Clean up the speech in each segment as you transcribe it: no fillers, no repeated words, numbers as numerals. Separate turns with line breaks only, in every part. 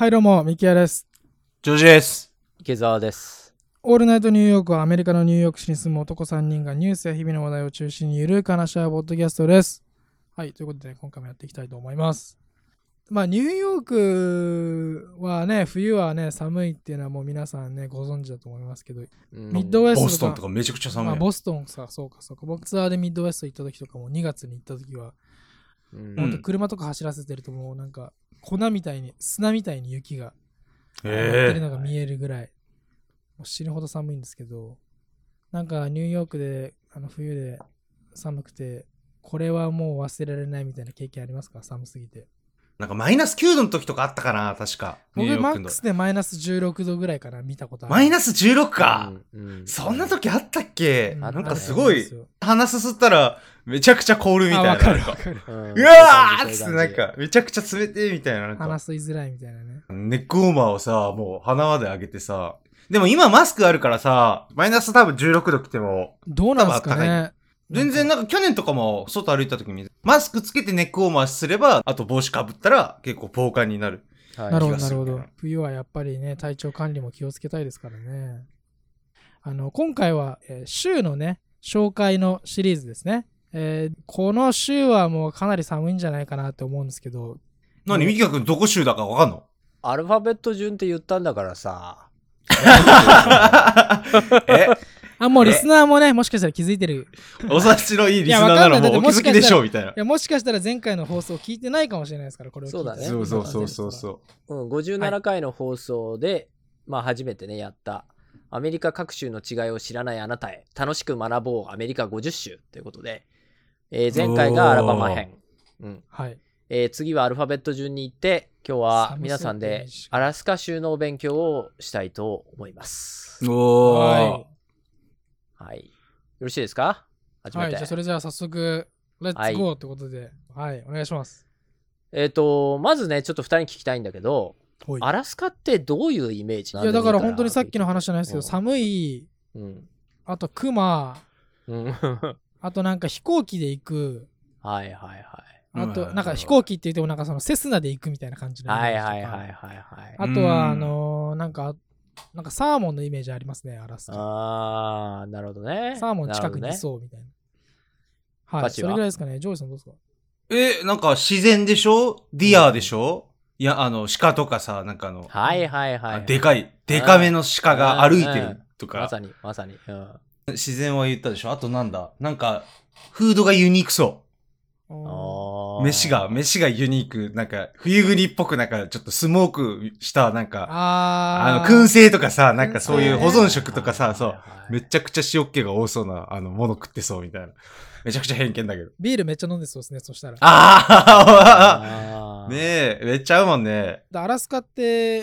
はいどうも、ミキヤです。
ジョージです。
池澤です。
オールナイトニューヨークはアメリカのニューヨーク市に住む男3人がニュースや日々の話題を中心にゆるく話し合うポッドキャストです。はい、ということで、今回もやっていきたいと思います。ニューヨークはね、冬はね、寒いっていうのはもう皆さんね、ご存知だと思いますけど、ミッドウェストとか、
ボストンとかめちゃくちゃ寒い。
ボストンさ、そうか。僕ツアーでミッドウェスト行った時とかも2月に行った時は、ほんと車とか走らせてるともうなんか、砂みたいに雪が乗ってるのが見えるぐらい、もう死ぬほど寒いんですけど、なんかニューヨークで冬で寒くて、これはもう忘れられないみたいな経験ありますか？寒すぎて。
なんかマイナス9度の時とかあったかな、確か。
僕マックスでマイナス16度ぐらいかな、見たことある。
マイナス16か、そんな時あったっけ、なんかすごい、鼻すすったらめちゃくちゃ凍るみたいな。
わかる。
うわーっつってなんかめちゃくちゃ冷てみたいな。なんか
鼻吸いづらいみたいなね。
ネックウォーマーをさ、もう鼻まで上げてさ、でも今マスクあるからさ、マイナス多分16度来ても、
どうなんですかね。
全然なんか去年とかも外歩いた時にマスクつけてネックウォーマーすれば、あと帽子かぶったら結構防寒になる。
なるほど。冬はやっぱりね、体調管理も気をつけたいですからね。今回は、週のね、紹介のシリーズですね。この週はもうかなり寒いんじゃないかなって思うんですけど。
何、ミキヤ君どこ週だかわかんの？
アルファベット順って言ったんだからさ。
もうリスナーもね、もしかしたら気づいてる。
お察しのいいリスナーならもうお気づきでしょうみたいな。
いや、もしかしたら前回の放送聞いてないかもしれないですから、これを聞いて。
そうだね。
そう。
57回の放送で、初めてね、やった。アメリカ各州の違いを知らないあなたへ、楽しく学ぼうアメリカ50州ということで、前回がアラバマ編。
はい。
次はアルファベット順に行って、今日は皆さんでアラスカ州のお勉強をしたいと思います。はい。よろしいですか？始めて。
はい。じゃあ早速、レッツゴーってことで、はい、お願いします。
まずね、ちょっと2人に聞きたいんだけど、アラスカってどういうイメージなん
いや、だから本当にさっきの話じゃないですけど、寒い、あと熊、あとなんか飛行機で行く。
はい。
あと、なんか飛行機って言ってもなんかそのセスナで行くみたいな感じのイメージとか。
はい。
あとは、なんかサーモンのイメージありますね、アラスカ。
なるほどね。
サーモン近くにいそうみたいな。はい、それぐらいですかね。ジョージさんどうですか？
なんか自然でしょ？ディアーでしょ？いや、鹿とかさ、なんか
はい。
でかめの鹿が歩いてるとか。
まさに。
自然は言ったでしょ？あとなんだ？なんか、フードがユニークそう。飯がユニーク、なんか、冬国っぽくなんか、ちょっとスモークした、なんか、燻製とかさ、なんかそういう保存食とかさ、そう、めちゃくちゃ塩っ気が多そうな、もの食ってそうみたいな。めちゃくちゃ偏見だけど。
ビールめっちゃ飲んでそうですね、そしたら。
ねえ、めっちゃ合うもんね。
アラスカって、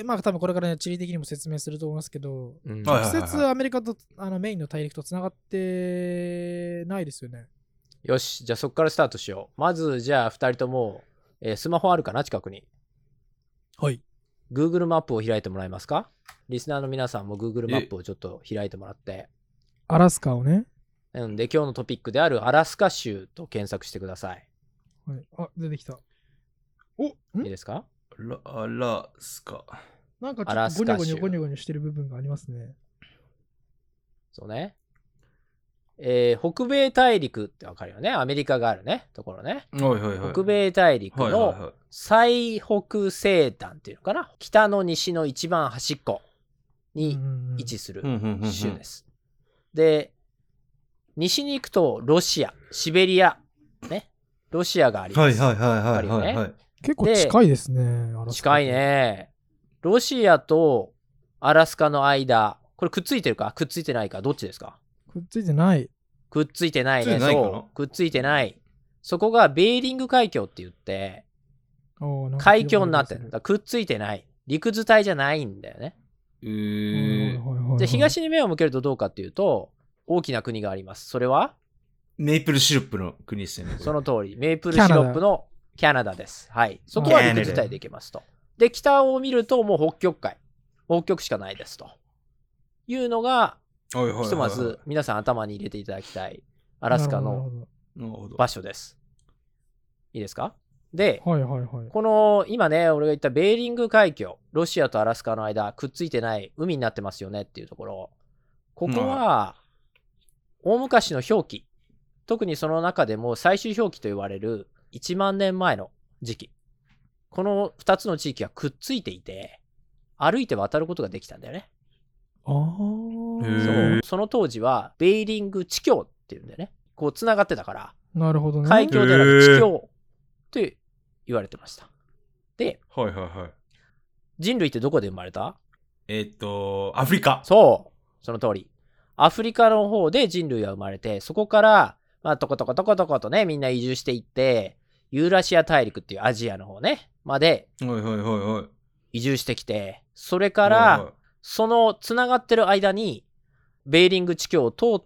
多分これからね、地理的にも説明すると思いますけど、直接アメリカとメインの大陸と繋がってないですよね。
よし、じゃあそこからスタートしよう。まず、じゃあ2人とも、スマホあるかな、近くに。
はい。
Google マップを開いてもらえますか？リスナーの皆さんも Google マップをちょっと開いてもらって。
アラスカをね。
で、今日のトピックであるアラスカ州と検索してください。
はい。出てきた。
いいですか？
アラスカ。
なんかちょっとゴニョゴニョしてる部分がありますね。
そうね。北米大陸ってわかるよね。アメリカがあるね。ところね。北米大陸の最北西端っていうのかな。北の西の一番端っこに位置する州です。で、西に行くとロシア、シベリア、ね。ロシアがあります。
結構近いですね。
近いね。ロシアとアラスカの間、これくっついてるかくっついてないか、どっちですか？
くっついてない。
くっついてないね。そう。くっついてない。そこがベーリング海峡って言って、海峡になってる。くっついてない。陸伝いじゃないんだよね。じゃあ東に目を向けるとどうかっていうと、大きな国があります。それは
メープルシロップの国ですよね。
その通り。メープルシロップのキャナダです。はい。そこは陸伝いで行けますと。で、北を見るともう北極海。北極しかないですと。いうのが、ひとまず皆さん頭に入れていただきたいアラスカの場所です。いいですか？ で、
はいはいはい。
この今ね俺が言ったベーリング海峡、ロシアとアラスカの間くっついてない海になってますよねっていうところ、ここは大昔の氷期、特にその中でも最終氷期と言われる1万年前の時期、この2つの地域がくっついていて歩いて渡ることができたんだよね。その当時はベーリング地峡っていうんだよね。こうつながってたから、
なるほどね。
海峡ではなく地峡って言われてました。で、
はいはいはい。
人類ってどこで生まれた？
アフリカ。
そう、その通り。アフリカの方で人類は生まれて、そこから、まあ、とことね、みんな移住していって、ユーラシア大陸っていうアジアの方ね、まで、移住してきて、それから、そのつながってる間に、ベーリング地峡を通って、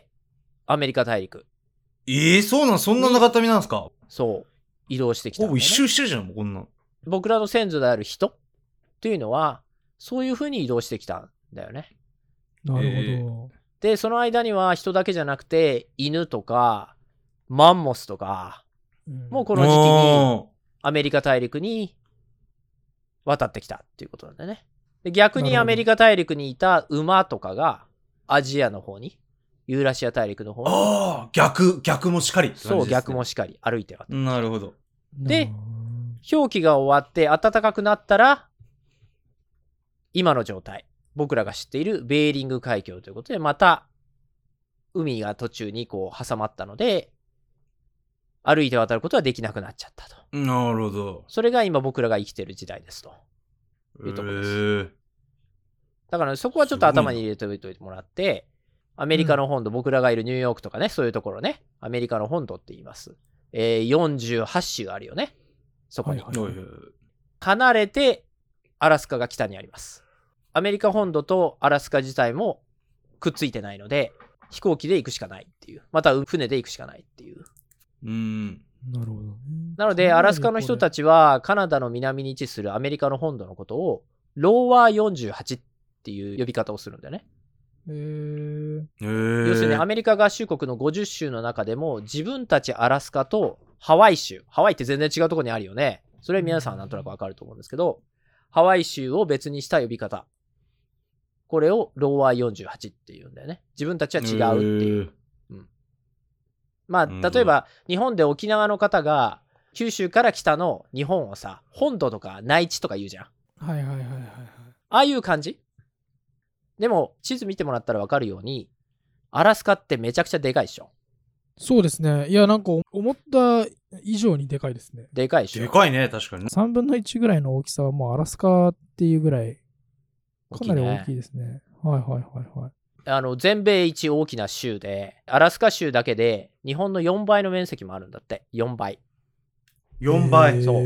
アメリカ大陸。
そうなん、そんな長旅なんですか？
そう。移動してきた、ね。
一周してるじゃん、もうこんな。
僕らの先祖である人っていうのは、そういう風に移動してきたんだよね。
なるほど。
で、その間には人だけじゃなくて、犬とか、マンモスとか、もうこの時期にアメリカ大陸に渡ってきたっていうことなんだよね。で、逆にアメリカ大陸にいた馬とかがアジアの方に、ユーラシア大陸の方に。
逆もしかり、ね。
そう、逆もしかり。歩いて渡って。
なるほど。
で、氷期が終わって暖かくなったら、今の状態、僕らが知っているベーリング海峡ということで、また海が途中にこう挟まったので、歩いて渡ることはできなくなっちゃったと。
なるほど。
それが今僕らが生きている時代ですというところです。だからそこはちょっと頭に入れておいてもらって、アメリカの本土、僕らがいるニューヨークとかね、そういうところね、アメリカの本土って言います。48州あるよね。そこに。離れて、アラスカが北にあります。アメリカ本土とアラスカ自体もくっついてないので、飛行機で行くしかないっていう。また船で行くしかないっていう。
なるほどね。
なので、アラスカの人たちは、カナダの南に位置するアメリカの本土のことを、ローワー48っていう呼び方をするんだよね。要するにアメリカ合衆国の50州の中でも自分たちアラスカとハワイ州、ハワイって全然違うところにあるよね。それ皆さんなんとなくわかると思うんですけど、ハワイ州を別にした呼び方、これをローワー48っていうんだよね。自分たちは違うっていう、まあ例えば日本で沖縄の方が九州から北の日本をさ、本土とか内地とか言うじゃん。ああいう感じ。でも地図見てもらったら分かるように、アラスカってめちゃくちゃでかいでしょ。
そうですね。いや、なんか思った以上にでかいですね。
でかいでしょ。
でかいね、確かに。
3分の1ぐらいの大きさはもうアラスカっていうぐらい、かなり大きいですね。
全米一大きな州で、アラスカ州だけで日本の4倍の面積もあるんだって。4倍。
4倍。
そう。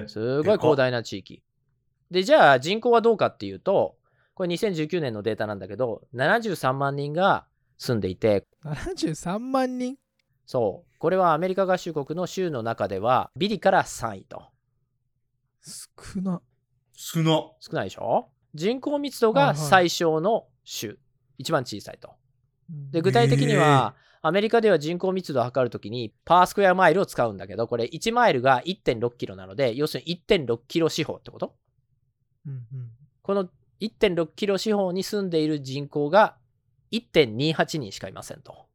すごい広大な地域。で、じゃあ人口はどうかっていうと、これ2019年のデータなんだけど、73万人が住んでいて。
73万人？
そう。これはアメリカ合衆国の州の中では、ビリから3位と。
少
ないでしょ？人口密度が最小の州。一番小さいと。で、具体的には、アメリカでは人口密度を測るときに、パースクエアマイルを使うんだけど、これ1マイルが 1.6 キロなので、要するに 1.6 キロ四方ってこと？この1.6 キロ四方に住んでいる人口が 1.28 人しかいませんと。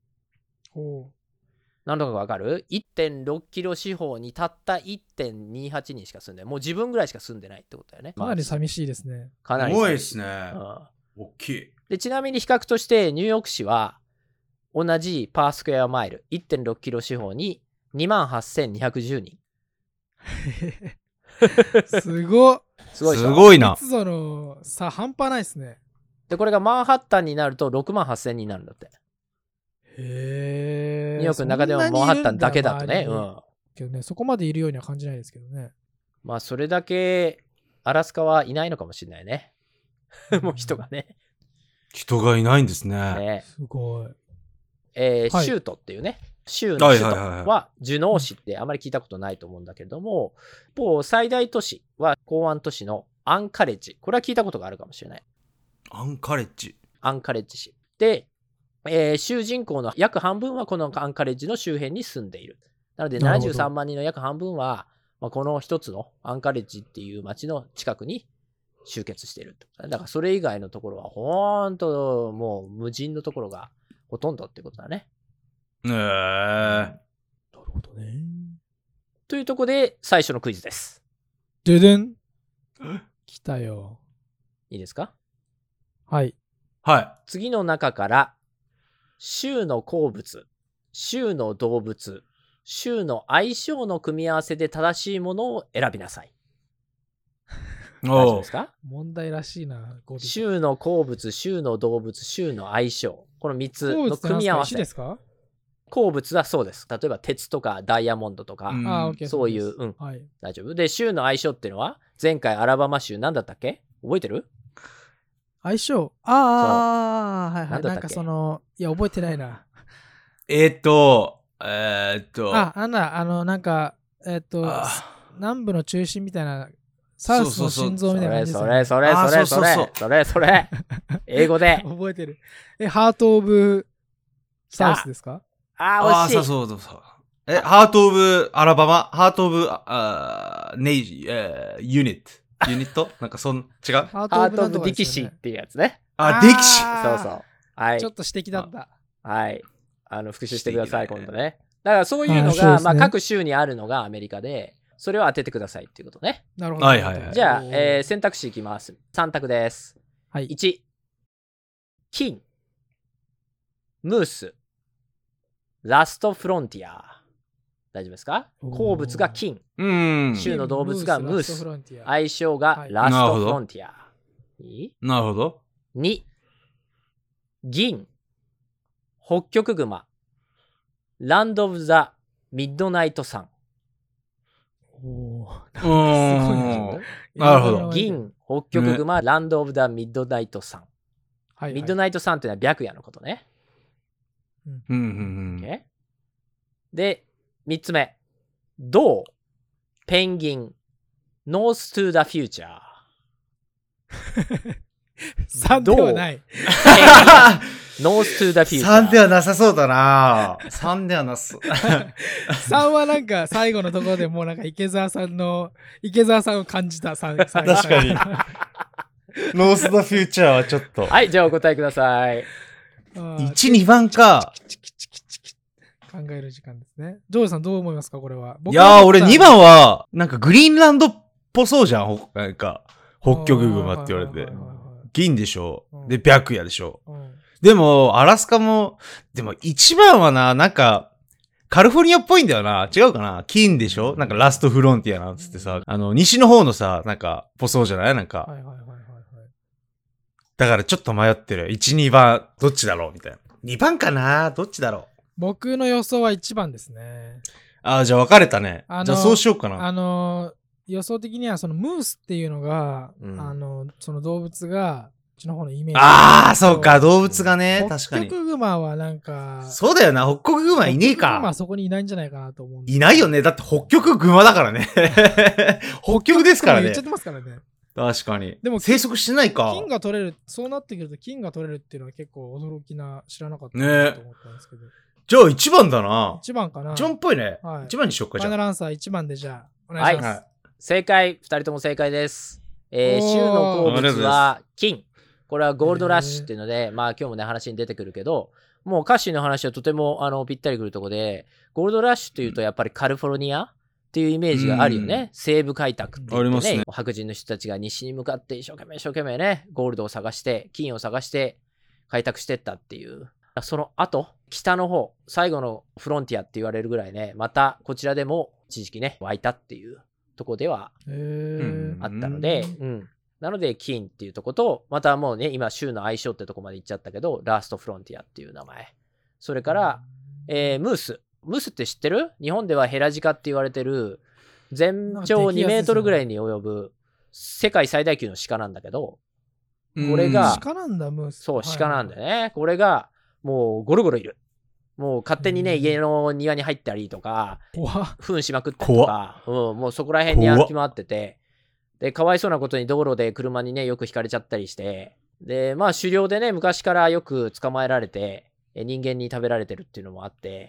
何度かわかる？ 1.6 キロ四方にたった 1.28 人しか住んでない。もう自分ぐらいしか住んでないってことだよね。
かなり寂しいですね。
かなり
多いですね。大きい。
で、ちなみに比較としてニューヨーク市は同じパースクエアマイル 1.6 キロ四方に 28,210 人。
すごっ。
す
ごいな。
密度の差半端ないですね。
で、これがマンハッタンになると68,000人になるんだって。ニューヨークの中でもマンハッタンだけだとね。
けどね、そこまでいるようには感じないですけどね。
まあ、それだけアラスカはいないのかもしれないね。もう人がね。
人がいないんですね。
すごい。
シュートっていうね。州の首都はジュノー市ってあまり聞いたことないと思うんだけども、最大都市は港湾都市のアンカレッジ。これは聞いたことがあるかもしれない。
アンカレッジ
市。で、州人口の約半分はこのアンカレッジの周辺に住んでいる。 なので73万人の約半分は、まあ、この一つのアンカレッジっていう街の近くに集結していると。だからそれ以外のところはほんともう無人のところがほとんどってことだね。
なるほどね。
というところで最初のクイズです。
ででん来たよ。
いいですか？
はい。
はい。
次の中から州の鉱物、州の動物、州の相性の組み合わせで正しいものを選びなさい。大丈夫ですか？
問題らしいな。
州の鉱物、州の動物、州の相性。この3つの組み合わせ。
ですか？
鉱物はそうです。例えば鉄とかダイヤモンドとか、そういう、はい、大丈夫。で、州の相性っていうのは、前回アラバマ州何だったっけ？覚えてる？
相性？はいはい。なんかいや、覚えてないな。なんか、南部の中心みたいな、サウスの心臓みたいな感じですよね。
それ。英語で。
覚えてる。ハートオブサウスですか？
惜しい。
そう。ハートオブアラバマ？ハートオブユニットなんか違う？
ハートオブディキシーっていうやつね。
ディキシ
ー。そう。はい。
ちょっと指摘だった。
はい。復習してください、今度ね。だからそういうのが、まあ各州にあるのがアメリカで、それを当ててくださいっていうことね。
なるほど。
はい。
じゃあ、選択肢いきます。3択です。
はい。
1、金、ムース、ラストフロンティア。大丈夫ですか？鉱物が金、州の動物がムース、相性がラストフロンティア。
なるほど。
2、銀、北極熊、ランド・オブ・ザ・ミッドナイト・サン。
なるほど。
銀、北極熊、ランド・オブ・ザ・ミッドナイト・サン。ミッドナイト・サンっていうのは白夜のことね。で、3つ目。銅、ペンギン、ノース・トゥ・ザ・フューチャー。
3ではない。
ノース・トゥ・ザ・フューチャー。
3ではなさそうだな。3ではなさそう。
3はなんか最後のところでもうなんか池澤さんを感じた。確
かに。ノース・ザ・フューチャーはちょっと。
はい、じゃあお答えください。
1、2番か。
考える時間ですね。ジョージさんどう思いますかこれは。
いやー、俺2番は、なんかグリーンランドっぽそうじゃん。なんか、北極熊って言われて。銀でしょ。で、白夜でしょ。でも、アラスカも、でも1番はなんか、カリフォルニアっぽいんだよな。違うかな？金でしょ？なんかラストフロンティアなんつってさ、西の方のさ、なんか、ぽそうじゃない？なんか。だからちょっと迷ってる。1、2番、どっちだろうみたいな。2番かな？どっちだろう？
僕の予想は1番ですね。
じゃあ分かれたね。じゃあそうしようかな。
予想的にはそのムースっていうのが、その動物が、うちの方のイメー
ジ。そうか、動物がね、確かに。
北極熊はなんか。
そうだよな、北極熊いねえか。
北極熊はそこにいないんじゃないかなと思うんです。
いないよね。だって北極熊だからね。北極ですからね。
言っちゃってますからね。
確かに。でも生息してないか。
金が取れる、そうなってくると金が取れるっていうのは結構驚きな、知らなかったなと思ったんですけど。
じゃあ1番だな。
1番かな。
1番っぽいね。1番にしよっか、
じゃあ。ファイナルアンサー1番でじゃあ、お願いします。
正解、2人とも正解です。州の鉱物は金。これはゴールドラッシュっていうので、まあ今日もね、話に出てくるけど、もう歌詞の話はとてもぴったりくるところで、ゴールドラッシュというとやっぱりカリフォルニアっていうイメージがあるよね。西部開拓って言ってね、白人の人たちが西に向かって一生懸命ね、ゴールドを探して、金を探して開拓してったっていう。その後、北の方、最後のフロンティアって言われるぐらいね、またこちらでも一時期ね、湧いたっていうとこではあったので、なので、金っていうとこと、またもうね、今、州の相性ってとこまで行っちゃったけど、ラストフロンティアっていう名前。それから、ムース。ムースって知ってる？日本ではヘラジカって言われてる、全長2メートルぐらいに及ぶ、世界最大級の鹿なんだけど、これが、
鹿なんだ、ムース。
そう、鹿なんだよね。これが、もうゴロゴロいる。もう勝手にね、家の庭に入ったりとか、糞しまくったりとか、もうそこら辺に歩き回ってて、で、かわいそうなことに道路で車にね、よくひかれちゃったりして、で、まあ狩猟でね、昔からよく捕まえられて、人間に食べられてるっていうのもあって、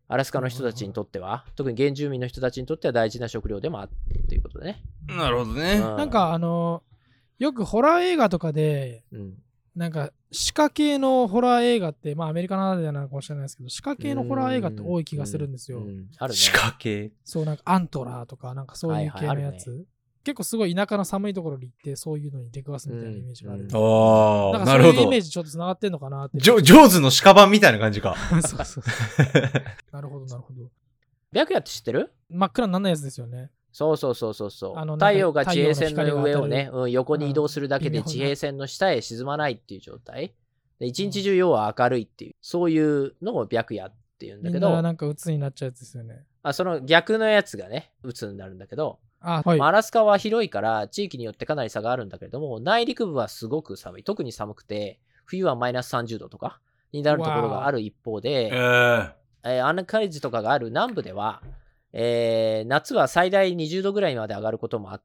アラスカの人たちにとっては、特に原住民の人たちにとっては大事な食料でもあるっていうことでね。
なるほどね。
なんかよくホラー映画とかで、なんか歯科系のホラー映画って、まあアメリカならではなのかもしれないですけど、歯科系のホラー映画って多い気がするんですよ。
あるね。
歯科系。
そう、なんかアントラーとか、なんかそういう系のやつ。結構すごい田舎の寒いところに行って、そういうのに出くわすみたいなイメージがある。
ああ、
なるほど。そういうイメージちょっと繋がってんのかなって。
ジョーズの鹿版みたいな感じか。
そうそう。なるほど、なるほど。
白夜って知ってる？
真っ暗にならないやつですよね。
そう。太陽が地平線の上をね、横に移動するだけで地平線の下へ沈まないっていう状態。で一日中要は明るいっていう、そういうのを白夜っていうんだけど。
みんななんか鬱になっちゃうやつですよね。
その逆のやつがね、鬱になるんだけど、
はい、
アラスカは広いから地域によってかなり差があるんだけれども、内陸部はすごく寒い。特に寒くて、冬はマイナス30度とかになるところがある一方で、アンカレッジとかがある南部では、夏は最大20度ぐらいまで上がることもあって、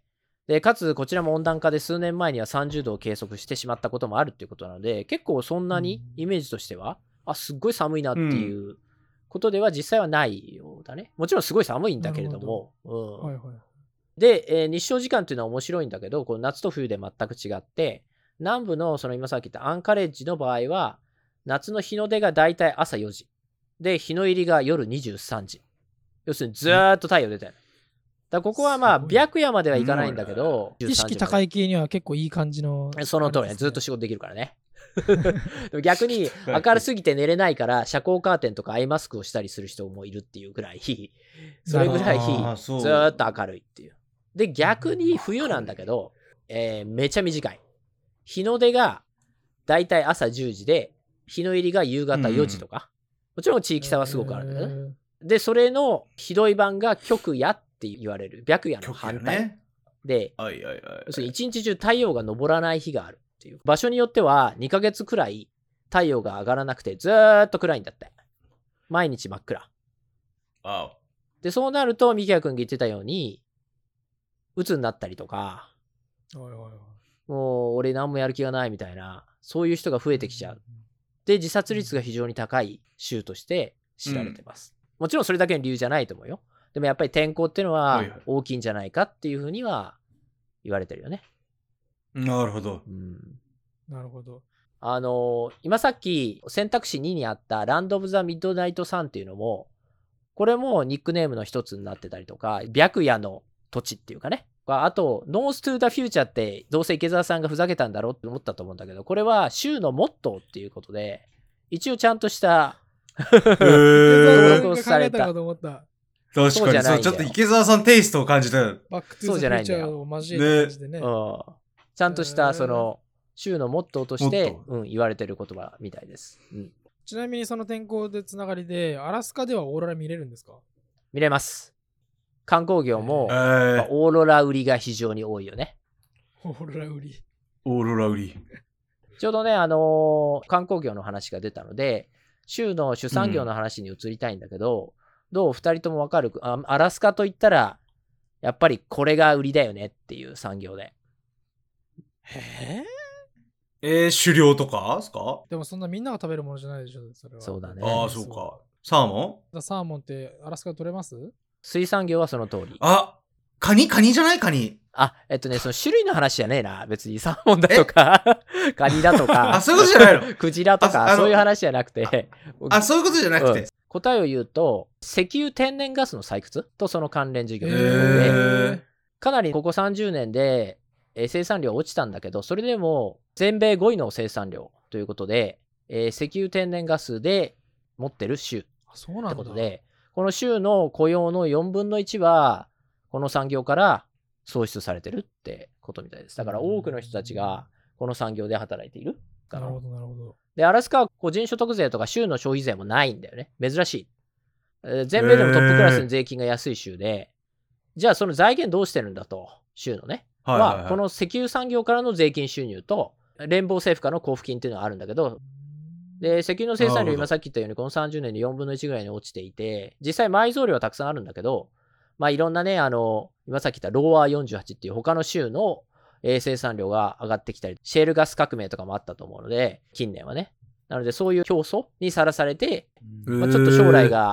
でかつこちらも温暖化で数年前には30度を計測してしまったこともあるっていうことなので、結構そんなにイメージとしては、すっごい寒いなっていうことでは実際はないようだね。もちろんすごい寒いんだけれども。で、日照時間っていうのは面白いんだけど、この夏と冬で全く違って、南部のその今さっき言ったアンカレッジの場合は、夏の日の出がだいたい朝4時。で、日の入りが夜23時。要するにずーっと太陽出てる。だここはまあ、白夜まではいかないんだけど、
意識高い系には結構いい感じの。
その通りね、ずっと仕事できるからね。でも逆に明るすぎて寝れないから遮光カーテンとかアイマスクをしたりする人もいるっていうぐらい、それぐらいずーっと明るいっていう。で、逆に冬なんだけど、めちゃ短い。日の出がだいたい朝10時で、日の入りが夕方4時とか。もちろん地域差はすごくあるんだけどね。で、それのひどい版が極夜って言われる。白夜の反対。で、要するに一日中太陽が昇らない日があるっていう。場所によっては2ヶ月くらい太陽が上がらなくてずーっと暗いんだって。毎日真っ暗。で、そうなると、ミキヤ君が言ってたように、鬱になったりとか、もう俺何もやる気がないみたいな、そういう人が増えてきちゃう。で、自殺率が非常に高い州として知られてます。もちろんそれだけの理由じゃないと思うよ。でもやっぱり天候っていうのは大きいんじゃないかっていうふうには言われてるよね。
なるほど。
なるほど。
今さっき選択肢2にあったランド・オブ・ザ・ミッドナイト・サンっていうのも、これもニックネームの一つになってたりとか、白夜の土地っていうかね。あと、ノース・トゥ・ザ・フューチャーってどうせ池澤さんがふざけたんだろうって思ったと思うんだけど、これは州のモットーっていうことで、一応ちゃんとした登録をされた。
確かにそう、ちょっと池澤さんテイストを感じたよ。
そうじゃないんだよ。ちゃんとしたその州のモットーとして言われてる言葉みたいです。
ちなみにその天候でつながりで、アラスカではオーロラ見れるんですか？
見れます。観光業も、オーロラ売りが非常に多いよね。
オーロラ売り。
オーロラ売り。
ちょうどね、観光業の話が出たので、州の主産業の話に移りたいんだけど、どう二人ともわかる？アラスカといったら、やっぱりこれが売りだよねっていう産業で。
狩猟とかですか？
でもそんなみんなが食べるものじゃないでしょ、それは。
そうだね。
そうか。サーモ
ン？サーモンってアラスカで取れます？
水産業はその通り。
カニじゃない？カニ。
その種類の話じゃねえな。別にサーモンだとか、カニだとか。
そういうことじゃないの？
クジラとか、そういう話じゃなくて。
そういうことじゃなくて。
答えを言うと、石油天然ガスの採掘とその関連事業で、かなりここ30年で生産量落ちたんだけど、それでも全米5位の生産量ということで、石油天然ガスで持ってる州ってことで、この州の雇用の4分の1は、この産業から創出されてるってことみたいです。だから多くの人たちがこの産業で働いている。
なるほど、なるほど。
で、アラスカは個人所得税とか州の消費税もないんだよね。珍しい。全米でもトップクラスに税金が安い州で、じゃあその財源どうしてるんだと、州のね。この石油産業からの税金収入と、連邦政府からの交付金っていうのがあるんだけど、で、石油の生産量、今さっき言ったように、この30年で4分の1ぐらいに落ちていて、実際埋蔵量はたくさんあるんだけど、いろんなね、今さっき言ったローアー48っていう他の州の生産量が上がってきたり、シェールガス革命とかもあったと思うので、近年はね。なので、そういう競争にさらされて、ちょっと将来が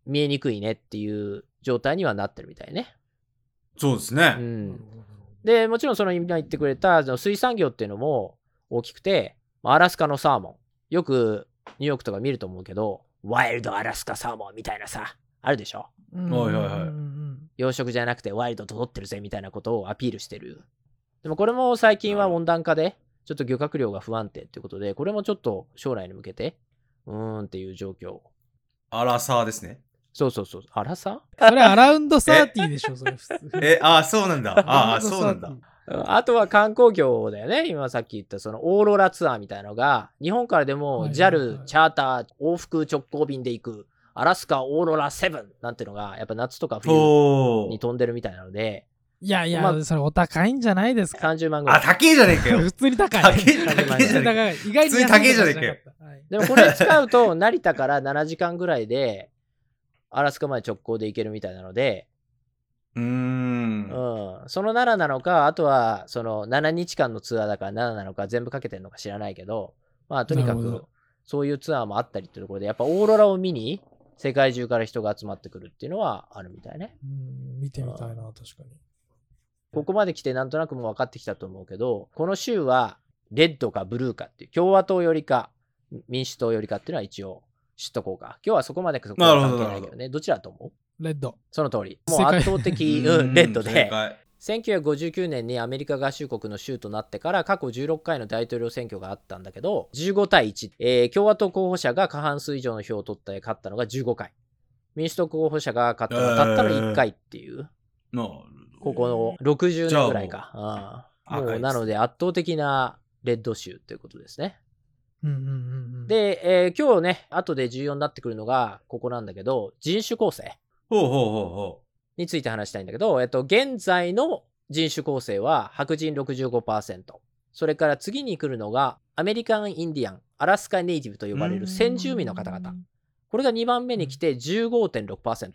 見えにくいねっていう状態にはなってるみたいね。
そうですね。
で、もちろんその今言ってくれた水産業っていうのも大きくて、アラスカのサーモン。よくニューヨークとか見ると思うけど、ワイルドアラスカサーモンみたいなさ、あるでしょ。養殖じゃなくてワイルドと取ってるぜみたいなことをアピールしてる。でもこれも最近は温暖化で、ちょっと漁獲量が不安定っていうことで、これもちょっと将来に向けて、っていう状況。
アラサーですね。
そう。アラサ
ーそれアラウンド30でしょ、それ普通。
そうなんだ。そうなんだ。
あとは観光業だよね。今さっき言ったそのオーロラツアーみたいなのが、日本からでも JAL チャーター往復直行便で行くアラスカオーロラ7なんていうのが、やっぱ夏とか冬に飛んでるみたいなので。
いや、それお高いんじゃないですか。
30万ぐらい。
高いじゃねえかよ。
普通に高い。
高いじゃねえか。
意外に
普通に高いじゃねえかよ。
でもこれ使うと、成田から7時間ぐらいで、アラスカまで直行で行けるみたいなので、その7なのか、あとはその7日間のツアーだから7なのか、全部かけてるのか知らないけど、とにかくそういうツアーもあったりっていうところで、やっぱオーロラを見に世界中から人が集まってくるっていうのはあるみたいね。
見てみたいな、確かに。
ここまで来てなんとなくもう分かってきたと思うけど、この州はレッドかブルーかっていう、共和党よりか民主党よりかっていうのは一応知っとこうか。今日はそこまで関係ないけどね。どちらと思う？
レッド。
その通り。もう圧倒的、レッドで。1959年にアメリカ合衆国の州となってから過去16回の大統領選挙があったんだけど、15対1、共和党候補者が過半数以上の票を取って勝ったのが15回。民主党候補者が勝ったのはたったの1回っていう。ここの60年ぐらいか。もうなので圧倒的なレッド州ということですね。で、今日ね、後で重要になってくるのがここなんだけど、人種構成について話したいんだけど、現在の人種構成は白人 65%。それから次に来るのがアメリカン・インディアン、アラスカ・ネイティブと呼ばれる先住民の方々。これが2番目に来て 15.6%。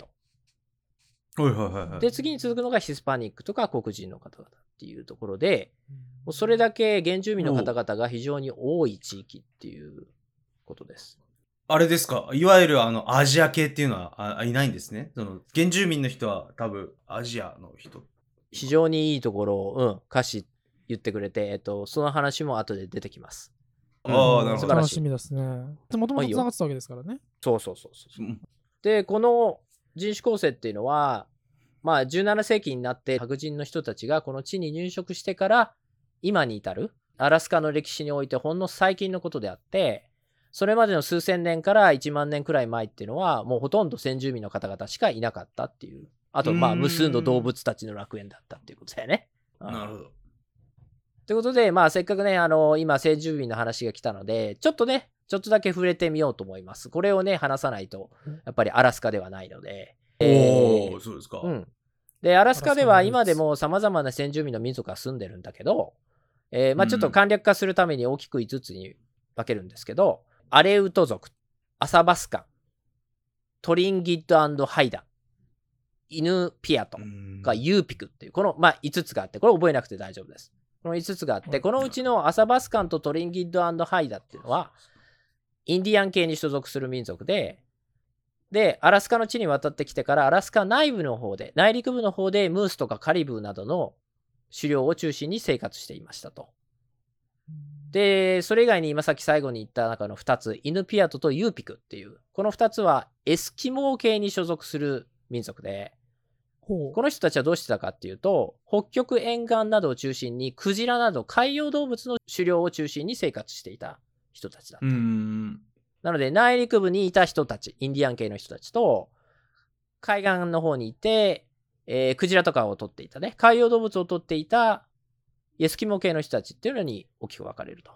で、次に続くのがヒスパニックとか黒人の方々っていうところで、それだけ原住民の方々が非常に多い地域っていうことです。
あれですか、いわゆるアジア系っていうのはいないんですね。その原住民の人は多分アジアの人。
非常にいいところを、歌詞言ってくれて、その話も後で出てきます。
なるほど。楽しみですね。もともと繋がってたわけですからね。
そう。で、この人種構成っていうのは、17世紀になって白人の人たちがこの地に入植してから今に至るアラスカの歴史においてほんの最近のことであって、それまでの数千年から1万年くらい前っていうのはもうほとんど先住民の方々しかいなかったっていう。あと無数の動物たちの楽園だったっていうことだよね。
なるほど。
ということで、せっかくね、今先住民の話が来たので、ちょっとだけ触れてみようと思います。これをね、話さないと、やっぱりアラスカではないので。
そうですか。
で、アラスカでは今でも様々な先住民の民族が住んでるんだけど、ちょっと簡略化するために大きく5つに分けるんですけど、アレウト族、アサバスカン、トリンギッド&ハイダン、イヌピアトがユーピクっていう、この5つがあって、これ覚えなくて大丈夫です。この5つがあって、このうちのアサバスカンとトリンギッド&ハイダっていうのは、インディアン系に所属する民族で、アラスカの地に渡ってきてから、アラスカ内陸部の方でムースとかカリブーなどの狩猟を中心に生活していましたと。で、それ以外に今さっき最後に言った中の2つ、イヌピアトとユーピクっていう、この2つはエスキモー系に所属する民族で、この人たちはどうしてたかっていうと、北極沿岸などを中心にクジラなど海洋動物の狩猟を中心に生活していた人たちだった。なので内陸部にいた人たち、インディアン系の人たちと、海岸の方にいて、クジラとかを取っていたね、海洋動物を取っていたエスキモ系の人たちっていうのに大きく分かれると。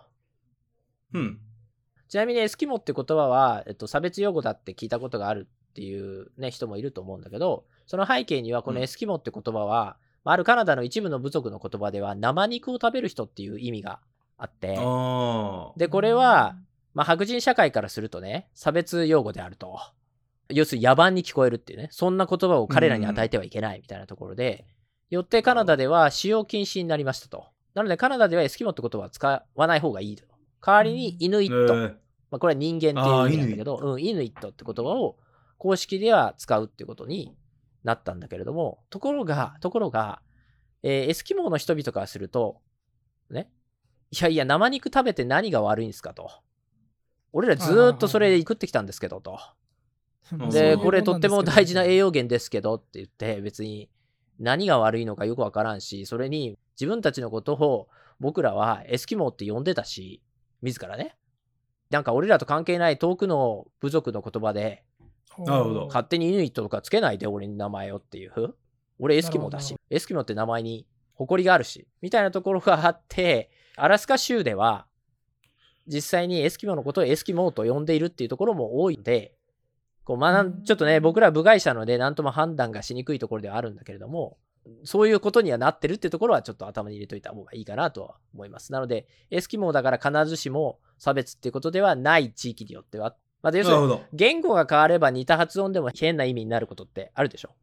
ちなみにエスキモって言葉は、差別用語だって聞いたことがあるっていうね、人もいると思うんだけど、その背景にはこのエスキモって言葉は、あるカナダの一部の部族の言葉では生肉を食べる人っていう意味があって、で、これは、白人社会からするとね、差別用語であると。要するに野蛮に聞こえるっていうね、そんな言葉を彼らに与えてはいけないみたいなところで、よってカナダでは使用禁止になりましたと。なのでカナダではエスキモって言葉は使わない方がいいと。代わりにイヌイット。これは人間っていう意味なんだけど、イヌイットって言葉を公式では使うっていうことになったんだけれども、ところが、エスキモーの人々からすると、ね、いやいや、生肉食べて何が悪いんですかと。俺らずーっとそれ食ってきたんですけどと。で、これとっても大事な栄養源ですけどって言って、別に何が悪いのかよくわからんし、それに自分たちのことを僕らはエスキモーって呼んでたし、自らね。なんか俺らと関係ない遠くの部族の言葉で、
なるほど。
勝手にイヌイットとかつけないで俺に名前をっていう。俺エスキモーだし、エスキモーって名前に誇りがあるし、みたいなところがあって、アラスカ州では実際にエスキモーのことをエスキモーと呼んでいるっていうところも多いので、こうちょっとね、僕ら部外者なので何とも判断がしにくいところではあるんだけれども、そういうことにはなってるっていうところはちょっと頭に入れといた方がいいかなとは思います。なので、エスキモーだから必ずしも差別っていうことではない地域によっては、まあ、要するに言語が変われば似た発音でも変な意味になることってあるでしょ。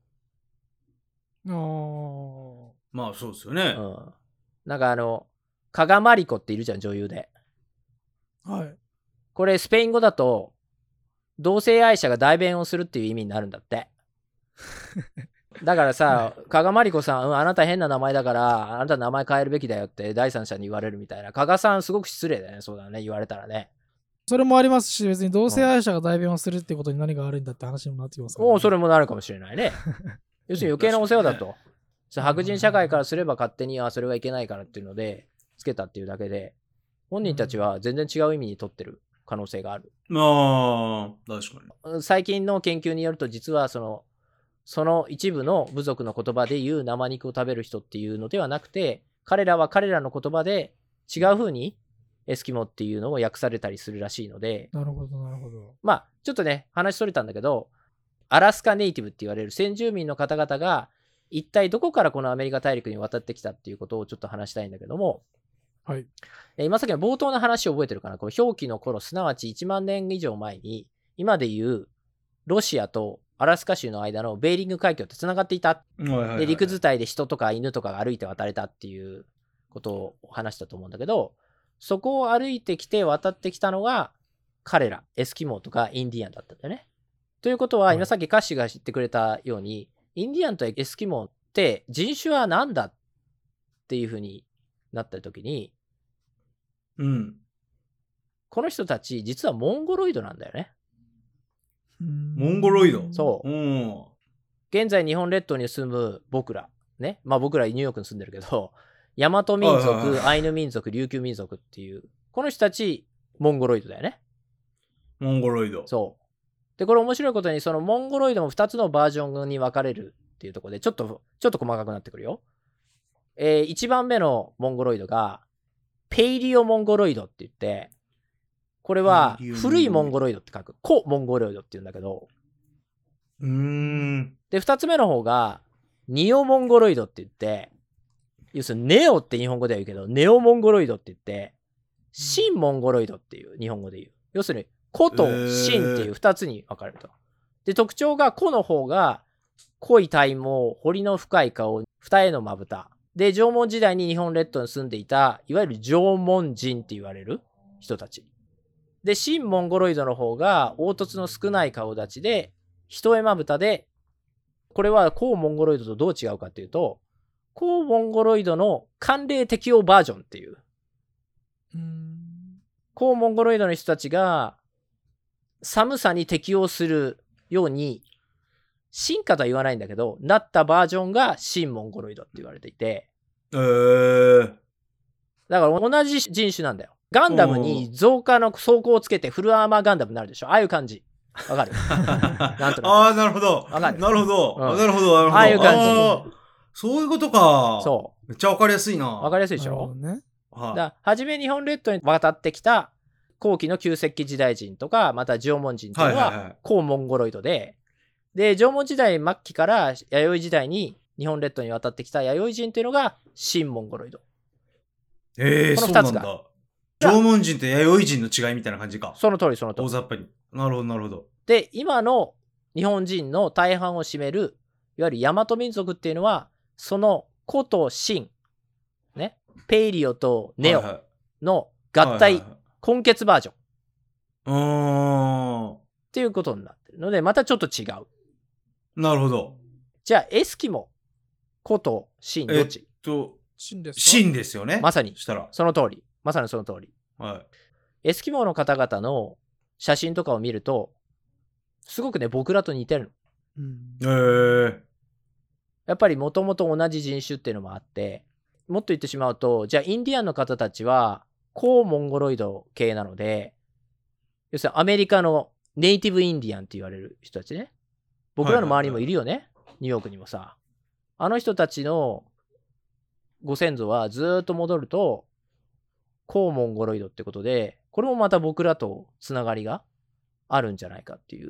まあそうですよね。
うん。なんか加賀まりこっているじゃん、女優で。
はい。
これスペイン語だと、同性愛者が代弁をするっていう意味になるんだって。だからさ、加賀まりこさん、あなた変な名前だから、あなた名前変えるべきだよって第三者に言われるみたいな。加賀さんすごく失礼だね、そうだね、言われたらね。
それもありますし、別に同性愛者が代弁をするってことに何が悪いんだって話にもなってきますから、
ね。それもなるかもしれないね。要するに余計なお世話だと。白人社会からすれば勝手に、それはいけないからっていうので、つけたっていうだけで、本人たちは全然違う意味にとってる可能性がある。
まあ、確か
に。最近の研究によると、実はその一部の部族の言葉で言う生肉を食べる人っていうのではなくて、彼らは彼らの言葉で違う風にエスキモっていうのを訳されたりするらしいので。
なるほど、なるほど。
まあ、ちょっとね、話それたんだけど、アラスカネイティブって言われる先住民の方々が、一体どこからこのアメリカ大陸に渡ってきたっていうことをちょっと話したいんだけども、
はい。
今さっきの冒頭の話を覚えてるかな。この氷期の頃、すなわち1万年以上前に、今でいうロシアとアラスカ州の間のベーリング海峡って繋がっていた。で、陸伝いで人とか犬とかが歩いて渡れたっていうことを話したと思うんだけど、そこを歩いてきて渡ってきたのが彼ら、エスキモーとかインディアンだったんだよね。ということは、今さっきカッシュが知ってくれたように、インディアンとエスキモーって人種は何だっていう風になった時に、この人たち実はモンゴロイドなんだよね。
モンゴロイド。
そう。現在日本列島に住む僕らね、まあ僕らニューヨークに住んでるけど、大和民族、アイヌ民族、琉球民族っていうこの人たちモンゴロイドだよね。
モンゴロイド。
そう。でこれ面白いことにそのモンゴロイドも2つのバージョンに分かれるっていうところでちょっと細かくなってくるよ。1番目のモンゴロイドがペイリオモンゴロイドって言って、これは古いモンゴロイドって書く。古モンゴロイドって言うんだけど。で、2つ目の方がニオモンゴロイドって言って、要するにネオって日本語では言うけど、ネオモンゴロイドって言って、新モンゴロイドっていう日本語で言う。要するに古と新っていう2つに分かれると。で、特徴が古の方が濃い体毛、彫りの深い顔、二重のまぶた。で、縄文時代に日本列島に住んでいた、いわゆる縄文人って言われる人たち。で、新モンゴロイドの方が凹凸の少ない顔立ちで、一重まぶたで、これは高モンゴロイドとどう違うかっていうと、高モンゴロイドの寒冷適応バージョンっていう。高モンゴロイドの人たちが寒さに適応するように進化とは言わないんだけど、なったバージョンが新モンゴロイドって言われていて。だから同じ人種なんだよ。ガンダムに増加の装甲をつけてフルアーマーガンダムになるでしょ。ああいう感じ。わかるなんとなく。
ああ、なるほど。
わかる。
なるほど。なるほど、なるほど。
ああいう感じ。
そういうことか。
そう。
めっちゃわかりやすいな。
わかりやすいでしょ。はじめ日本列島に渡ってきた後期の旧石器時代人とか、また縄文人というのは高モンゴロイドで、で、縄文時代末期から弥生時代に日本列島に渡ってきた弥生人というのが新モンゴロイド。こ
の2つが。縄文人と弥生人の違いみたいな感じか。
その通り、その通り。
大雑把に。なるほど、なるほど。
で、今の日本人の大半を占める、いわゆる大和民族っていうのは、その古と新、ね、ペイリオとネオの合体、根結バージョン。っていうことになってるので、またちょっと違う。
なるほど。
じゃあ、エスキモ、コとシン、どっち？
シンですか？
シンですよね。
まさに。
したら。
その通り。まさにその通り。
はい。
エスキモの方々の写真とかを見ると、すごくね、僕らと似てる
の。
やっぱりもともと同じ人種っていうのもあって、もっと言ってしまうと、じゃあインディアンの方たちは、高モンゴロイド系なので、要するにアメリカのネイティブインディアンって言われる人たちね。僕らの周りにもいるよね。ニューヨークにもさ。あの人たちのご先祖はずっと戻ると、高モンゴロイドってことで、これもまた僕らとつながりがあるんじゃないかっていう。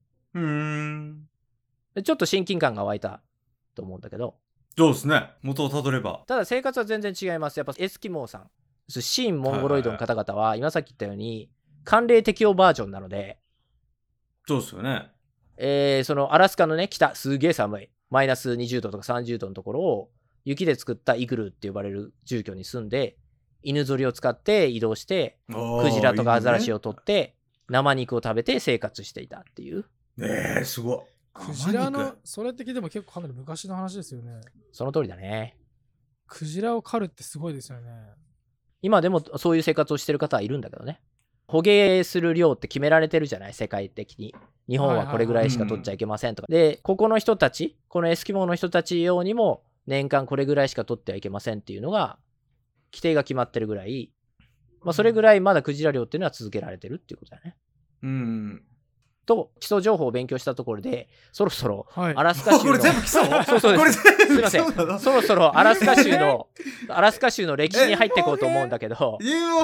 ちょっと親近感が湧いたと思うんだけど。
そうですね。元をたどれば。
ただ生活は全然違います。やっぱエスキモーさん、シン・モンゴロイドの方々は、今さっき言ったように、寒冷適応バージョンなので、
そうですよね。
そのアラスカのね、北、すげえ寒い。マイナス20度とか30度のところを、雪で作ったイグルーって呼ばれる住居に住んで、犬ぞりを使って移動して、クジラとかアザラシを取って、生肉を食べて生活していたっていう。
すごい。
クジラの、それ的でも結構かなり昔の話ですよね。
その通りだね。
クジラを狩るってすごいですよね。
今でもそういう生活をしてる方はいるんだけどね。捕鯨する量って決められてるじゃない、世界的に。日本はこれぐらいしか取っちゃいけませんとか。で、ここの人たち、このエスキモーの人たち用にも、年間これぐらいしか取ってはいけませんっていうのが、規定が決まってるぐらい、まあ、それぐらいまだクジラ漁っていうのは続けられてるっていうことだね。と、基礎情報を勉強したところで、そろそろアラスカ州の、
これ全部基礎？
そうです。すいません。そろそろアラスカ州の歴史に入っていこうと思うんだけど、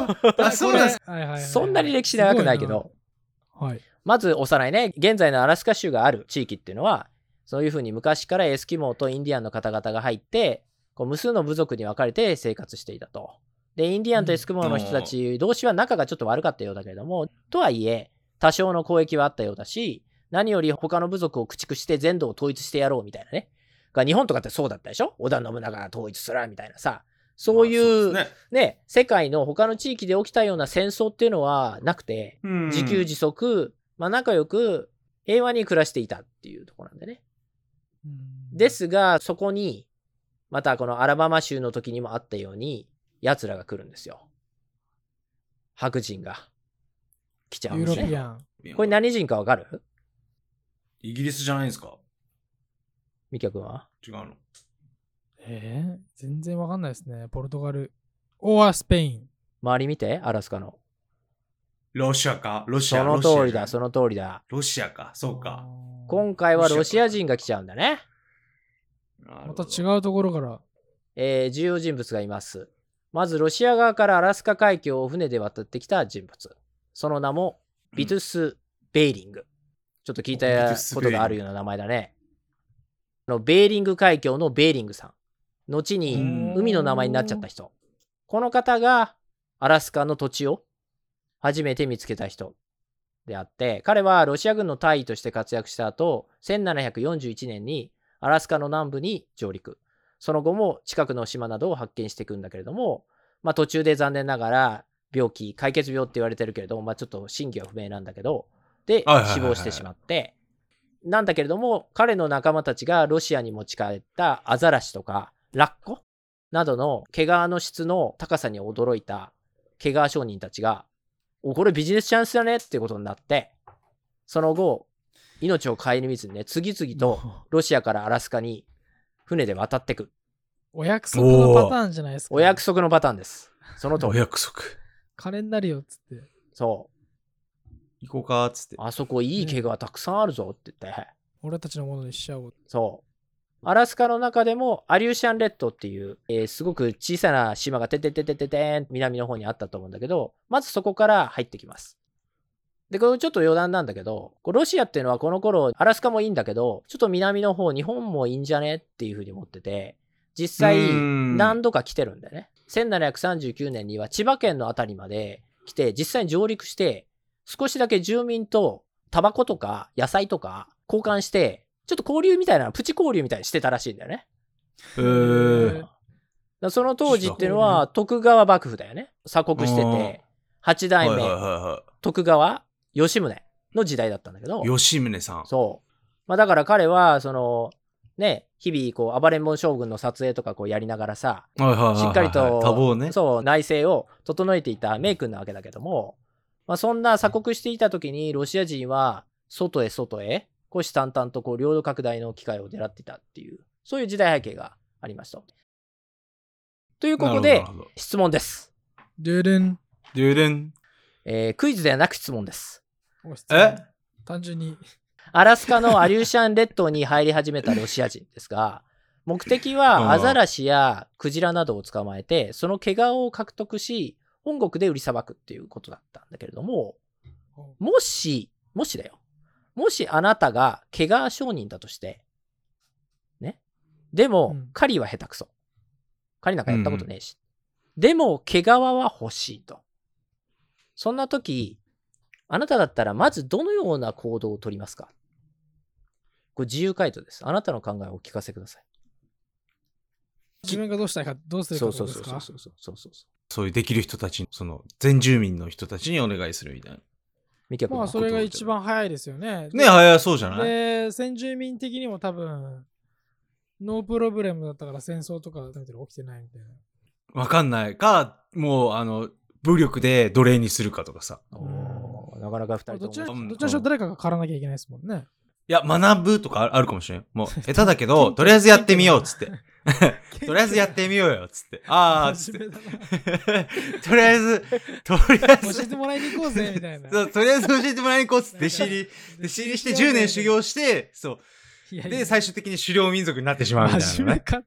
そんなに歴史長くないけど、まずおさらいね、現在のアラスカ州がある地域っていうのは、そういうふうに昔からエスキモーとインディアンの方々が入って、こう無数の部族に分かれて生活していたと。で、インディアンとエスキモーの人たち同士は仲がちょっと悪かったようだけれども、とはいえ、多少の交易はあったようだし、何より他の部族を駆逐して全土を統一してやろうみたいなね。日本とかってそうだったでしょ？織田信長が統一するみたいなさ。そういうね、世界の他の地域で起きたような戦争っていうのはなくて、自給自足、仲良く平和に暮らしていたっていうところなんでね。ですが、そこに、またこのアラバマ州の時にもあったように、奴らが来るんですよ。白人が来ちゃうんですね。これ何人かわかる？
イギリスじゃないんですか？
ミキヤ君は？
違うの？
全然わかんないですね。ポルトガル。オアスペイン。
周り見て、アラスカの。
ロシアか？ロシア。
その通りだ、その通りだ。
ロシアか、そうか。
今回はロシア人が来ちゃうんだね。
また違うところから。
重要人物がいます。まずロシア側からアラスカ海峡を船で渡ってきた人物。その名もビトゥス・ベーリング。ちょっと聞いたことがあるような名前だね。ベーリング海峡のベーリングさん。後に海の名前になっちゃった人。この方がアラスカの土地を初めて見つけた人であって、彼はロシア軍の大尉として活躍した後、1741年にアラスカの南部に上陸。その後も近くの島などを発見していくんだけれども、途中で残念ながら病気、解決病って言われてるけれども、ちょっと真偽は不明なんだけど、で、死亡してしまって、なんだけれども、彼の仲間たちがロシアに持ち帰ったアザラシとかラッコなどの毛皮の質の高さに驚いた毛皮商人たちが、これビジネスチャンスだねっていうことになって、その後、命を顧みずにね、次々とロシアからアラスカに船で渡ってく。
お約束のパターンじゃないですか。
お約束のパターンです。その通り。
お約束。
金になるよっつって。
そう。
行こうかっつって。
あそこいい毛がたくさんあるぞって言って。
俺たちのものにしちゃおう。
そう。アラスカの中でもアリューシャン列島っていう、すごく小さな島がててててててん南の方にあったと思うんだけど、まずそこから入ってきます。で、これちょっと余談なんだけど、ロシアっていうのはこの頃、アラスカもいいんだけど、ちょっと南の方、日本もいいんじゃねっていう風に思ってて、実際何度か来てるんだよね。1739年には千葉県のあたりまで来て、実際に上陸して、少しだけ住民とタバコとか野菜とか交換して、ちょっと交流みたいな、プチ交流みたいにしてたらしいんだよね。その当時っていうのは徳川幕府だよね。鎖国してて、8代目、徳川吉宗。 の時代だったんだけど。
吉宗さん。
そう。まあだから彼は、その、ね、日々こう暴れん坊将軍の撮影とかこうやりながらさ、しっかりと、
多忙ね、
そう内政を整えていた名君なわけだけども、まあ、そんな鎖国していた時にロシア人は外へ虎視眈々とこう領土拡大の機会を狙っていたっていう、そういう時代背景がありました。ということで質問です。
デュルン
デュルン、
クイズではなく質問です。
単純に
アラスカのアリューシャン列島に入り始めたロシア人ですが、目的はアザラシやクジラなどを捕まえて、その毛皮を獲得し、本国で売りさばくっていうことだったんだけれども、もしだよ。もしあなたが毛皮商人だとして、ね。でも、狩りは下手くそ。狩りなんかやったことねえし。でも、毛皮は欲しいと。そんな時、あなただったらまずどのような行動を取りますか？これ自由回答です。あなたの考えをお聞かせください。
自分がどうしたいか、どうするかですか？
そういうできる人たち、その全住民の人たちにお願いするみたいな。
まあそれが一番早いですよね。
ね、早そうじゃない？
で、先住民的にも多分ノープロブレムだったから戦争とか起きてないみたいな。
わかんないか、もう武力で奴隷にするかとかさ。
なかなか2人とも。
どっちらしろ誰かが狩らなきゃいけないですもんね。
いや、学ぶとかあるかもしれん。もう下手だけど、とりあえずやってみようっつって。とりあえずやってみようよっつって。つって。とりあえず
教えてもらいに行こうぜみたいな。
そう、とりあえず教えてもらいに行こうっつって弟子入りして10年修行して、そう。で、最終的に狩猟民族になってしまうみたいな、ね。
真面目かって。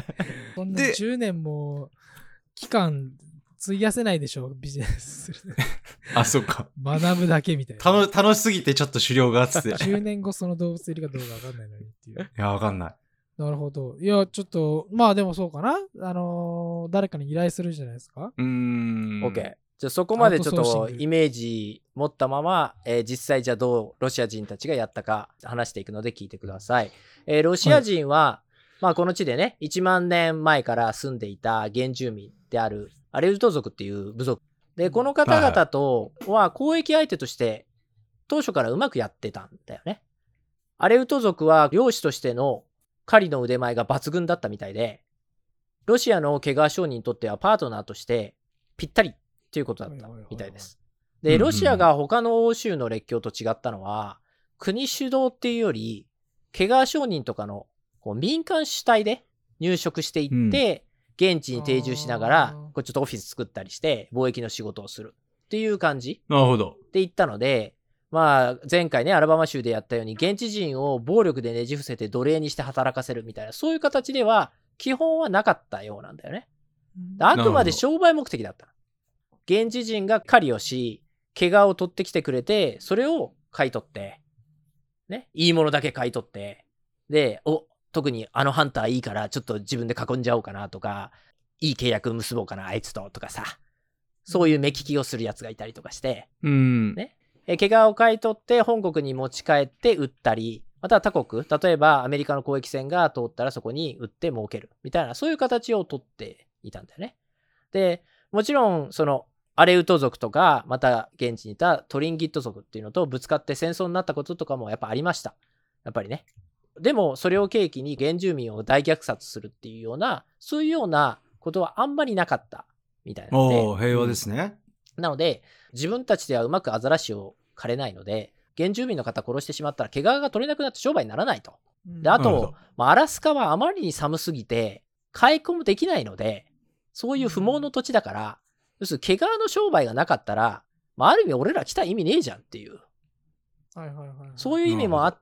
そんな10年も期間費やせないでしょ、ビジネスする。
そっか。
学ぶだけみたいな。
楽しすぎてちょっと狩猟がっつって。
10年後その動物いるかどうかわかんないのにっていう。
いや、わかんない。
なるほど。いや、ちょっと、まあでもそうかな。誰かに依頼するじゃないですか。
OK。じゃあそこまでちょっとイメージ持ったまま、実際じゃあどうロシア人たちがやったか話していくので聞いてください。ロシア人は、まあこの地でね、1万年前から住んでいた原住民であるアレウト族っていう部族。で、この方々とは交易相手として当初からうまくやってたんだよね。アレウト族は漁師としての狩りの腕前が抜群だったみたいで、ロシアの毛皮商人にとってはパートナーとしてぴったりっていうことだったみたいです。で、ロシアが他の欧州の列強と違ったのは、国主導っていうより、毛皮商人とかのこう民間主体で入植していって、現地に定住しながら、こうちょっとオフィス作ったりして、貿易の仕事をするっていう感じ。
なるほど。
って言ったので、まあ、前回ね、アラバマ州でやったように、現地人を暴力でねじ伏せて奴隷にして働かせるみたいな、そういう形では、基本はなかったようなんだよね。あくまで商売目的だった。現地人が狩りをし、毛皮を取ってきてくれて、それを買い取って、ね、いいものだけ買い取って、で、特にあのハンターいいからちょっと自分で囲んじゃおうかなとか、いい契約結ぼうかなあいつとかさ、そういう目利きをするやつがいたりとかして、ね、毛皮を買い取って本国に持ち帰って売ったり、または他国、例えばアメリカの交易船が通ったらそこに売って儲けるみたいな、そういう形を取っていたんだよね。で、もちろんそのアレウト族とか、また現地にいたトリンギット族っていうのとぶつかって戦争になったこととかもやっぱありました。やっぱりね。でもそれを契機に原住民を大虐殺するっていうような、そういうようなことはあんまりなかったみたいなので。
平和ですね。
なので自分たちではうまくアザラシを狩れないので、原住民の方殺してしまったら毛皮が取れなくなって商売にならないと。で、あと、アラスカはあまりに寒すぎて開墾もできないので、そういう不毛の土地だから、要するに毛皮の商売がなかったら、ある意味俺ら来た意味ねえじゃんっていう。そういう意味もあって、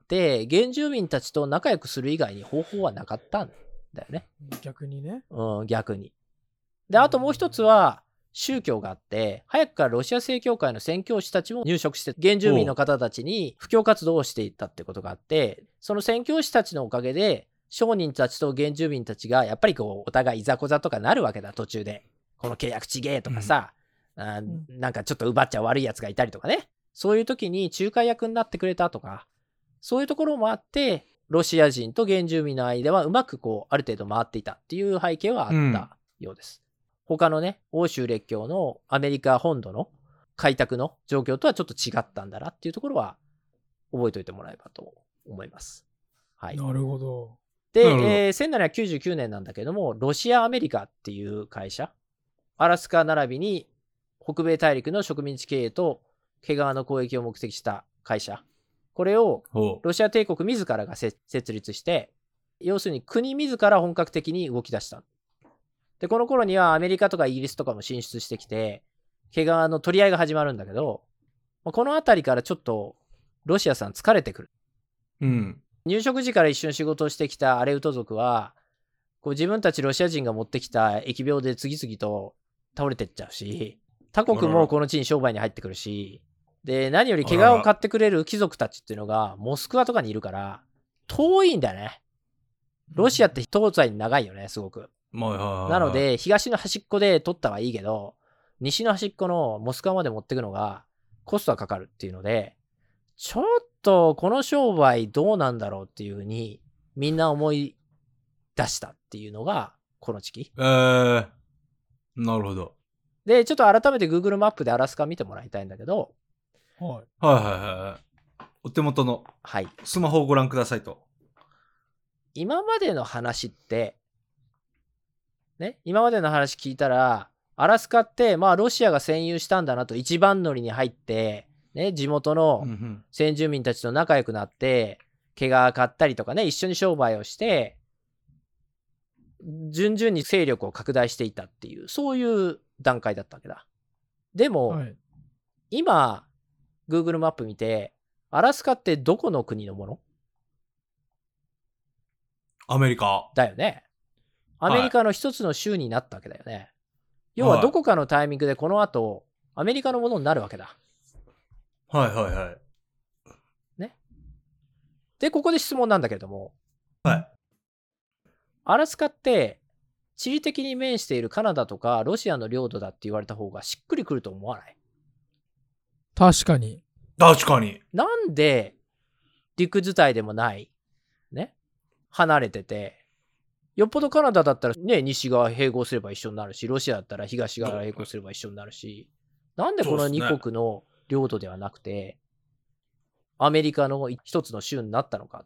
原住民たちと仲良くする以外に方法はなかったんだよね。
逆にね。
逆に。で、あともう一つは、宗教があって、早くからロシア正教会の宣教師たちも入植して、原住民の方たちに布教活動をしていったってことがあって、その宣教師たちのおかげで、商人たちと原住民たちが、やっぱりこう、お互いいざこざとかなるわけだ、途中で。この契約ちげえとかさ、なんかちょっと奪っちゃ悪いやつがいたりとかね。そういう時に仲介役になってくれたとか、そういうところもあって、ロシア人と原住民の間はうまくこう、ある程度回っていたっていう背景はあったようです。他のね、欧州列強のアメリカ本土の開拓の状況とはちょっと違ったんだなっていうところは覚えておいてもらえばと思います。はい。
なるほど。
で、1799年なんだけども、ロシアアメリカっていう会社、アラスカ並びに北米大陸の植民地経営と毛皮の交易を目的した会社、これをロシア帝国自らが設立して、要するに国自ら本格的に動き出した。で、この頃にはアメリカとかイギリスとかも進出してきて、毛皮の取り合いが始まるんだけど、この辺りからちょっとロシアさん疲れてくる。
うん。
入植時から一緒に仕事をしてきたアレウト族は、こう自分たちロシア人が持ってきた疫病で次々と倒れてっちゃうし、他国もこの地に商売に入ってくるし、で、何より毛皮を買ってくれる貴族たちっていうのがモスクワとかにいるから、遠いんだよね。ロシアって東西に長いよね、すごく。なので、東の端っこで取ったはいいけど、西の端っこのモスクワまで持ってくのがコストがかかるっていうので、ちょっとこの商売どうなんだろうっていうふうにみんな思い出したっていうのがこの時期。
なるほど。
で、ちょっと改めて Google マップでアラスカ見てもらいたいんだけど、
はい。
お手元のスマホをご覧くださいと。
今までの話って、ね、今までの話聞いたら、アラスカって、まあロシアが占有したんだなと一番乗りに入って、ね、地元の先住民たちと仲良くなって、毛皮買ったりとかね、一緒に商売をして、順々に勢力を拡大していたっていう、そういう段階だったわけだ。でも、今、Google マップ見て、アラスカってどこの国のもの？
アメリカ。
だよね。アメリカの一つの州になったわけだよね。要はどこかのタイミングでこの後、アメリカのものになるわけだ。ね。で、ここで質問なんだけれども。アラスカって、地理的に面しているカナダとかロシアの領土だって言われた方がしっくりくると思わない？
確かに。
なんで、陸伝いでもない、ね、離れてて、よっぽどカナダだったらね、西側併合すれば一緒になるし、ロシアだったら東側併合すれば一緒になるし、なんでこの2国の領土ではなくて、アメリカの一つの州になったのか。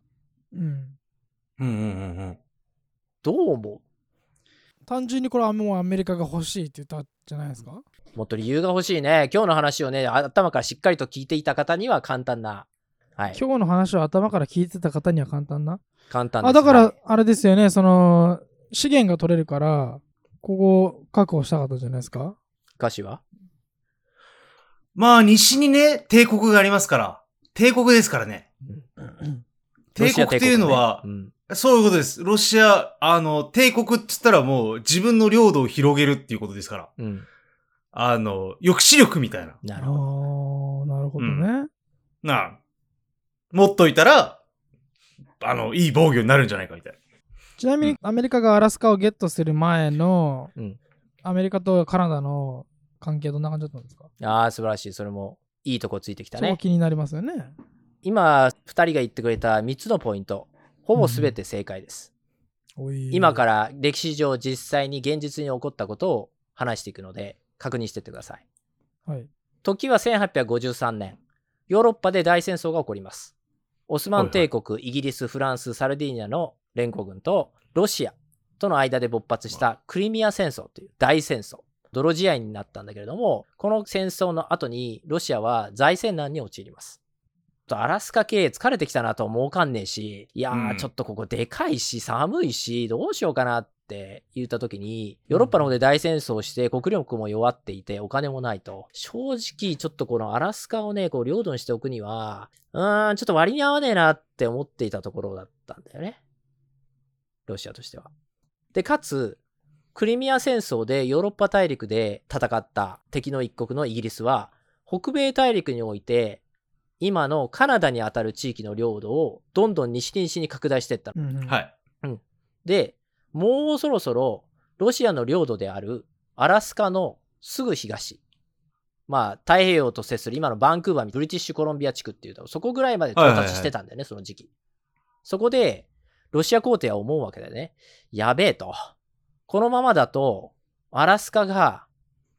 どう思う？
単純にこれはもうアメリカが欲しいって言ったんじゃないですか？
もっと理由が欲しいね。今日の話をね、頭からしっかりと聞いていた方には簡単な。
今日の話を頭から聞いてた方には簡単な。
簡単です。
だから、あれですよね、その、資源が取れるから、ここを確保したかったじゃないですか？
歌詞は？
まあ、西にね、帝国がありますから。帝国ですからね。帝国っていうのは、そういうことです。ロシア、帝国って言ったらもう自分の領土を広げるっていうことですから。抑止力みたいな。
なるほど。
なるほどね。
持っといたら、いい防御になるんじゃないかみたいな。
ちなみに、アメリカがアラスカをゲットする前の、アメリカとカナダの関係どんな感じだったんですか？
素晴らしい。それもいいとこついてきたね。
超気になりますよね。
今、2人が言ってくれた3つのポイント、ほぼ全て正解です。今から歴史上実際に現実に起こったことを話していくので、確認していってください。時は1853年、ヨーロッパで大戦争が起こります。オスマン帝国、イギリス、フランス、サルディーニャの連合軍とロシアとの間で勃発したクリミア戦争という大戦争。泥仕合になったんだけれども、この戦争の後にロシアは財政難に陥ります。アラスカ経営疲れてきたなと儲かんねえし、いやーちょっとここでかいし寒いしどうしようかなって言った時に、ヨーロッパの方で大戦争して国力も弱っていてお金もないと、正直ちょっとこのアラスカをねこう領土にしておくにはちょっと割に合わねえなって思っていたところだったんだよね、ロシアとしては。でかつクリミア戦争でヨーロッパ大陸で戦った敵の一国のイギリスは北米大陸において今のカナダにあたる地域の領土をどんどん西に拡大していったの。で、もうそろそろロシアの領土であるアラスカのすぐ東、まあ太平洋と接する今のバンクーバー、ブリティッシュコロンビア地区っていうとそこぐらいまで到達してたんだよね、その時期。そこでロシア皇帝は思うわけだよね。やべえと。このままだとアラスカが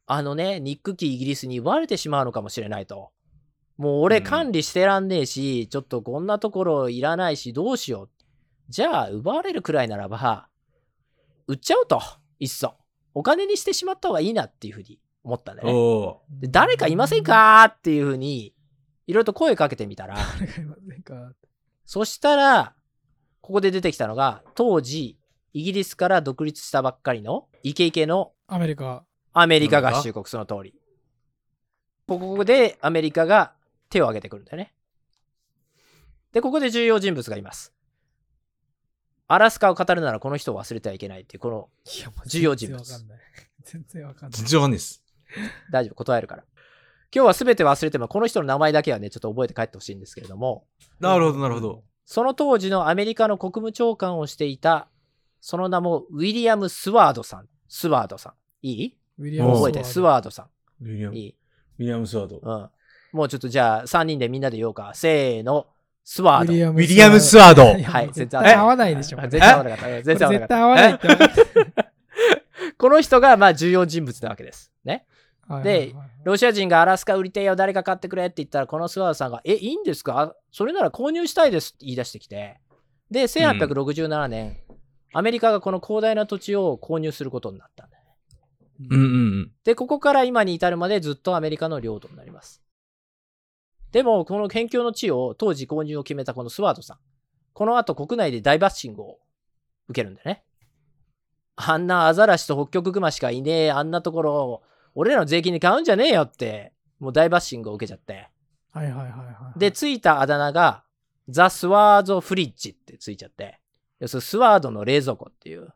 ニック機イギリスに奪われてしまうのかもしれないと。もう俺管理してらんねえし、ちょっとこんなところいらないし、どうしよう。じゃあ、奪われるくらいならば、売っちゃおうと。いっそ。お金にしてしまった方がいいなっていうふうに思ったんだね。で誰かいませんかっていうふうに、いろいろと声かけてみたら、
誰かいませんか。
そしたら、ここで出てきたのが、当時、イギリスから独立したばっかりのイケイケの
アメリカ
合衆国、その通り。ここでアメリカが手を挙げてくるんだよね。で、ここで重要人物がいます。アラスカを語るならこの人を忘れてはいけないっていう、この重要人物。
全然わかんない。
全然わかんないです。
大丈夫、答えるから。今日は全て忘れても、この人の名前だけはね、ちょっと覚えて帰ってほしいんですけれども。
なるほど、なるほど。
その当時のアメリカの国務長官をしていた、その名もウィリアム・スワードさん。スワードさん。いい？覚えて、スワードさん。いい？
ウィリアム・スワード。
うん。もうちょっとじゃあ、3人でみんなで言おうか。せーの。スワード。
ウィリアム・スワード。
はい、
絶対合わないでしょ。
絶対合わなかった。絶
対合わないって分かってる。
この人が、まあ、重要人物なわけです。ね。
はいはいはい、
で、ロシア人がアラスカ売りてえよ、誰か買ってくれって言ったら、このスワードさんが、いいんですか？それなら購入したいですって言い出してきて。で、1867年、アメリカがこの広大な土地を購入することになったんだよね。
うんうんうん。
で、ここから今に至るまでずっとアメリカの領土になります。でも、この辺境の地を当時購入を決めたこのスワードさん。この後国内で大バッシングを受けるんだよね。あんなアザラシとホッキョクグマしかいねえ、あんなところを俺らの税金に買うんじゃねえよって、もう大バッシングを受けちゃって。
はいはいはいはい。
で、ついたあだ名が、ザ・スワード・フリッジってついちゃって、要するにスワードの冷蔵庫っていう。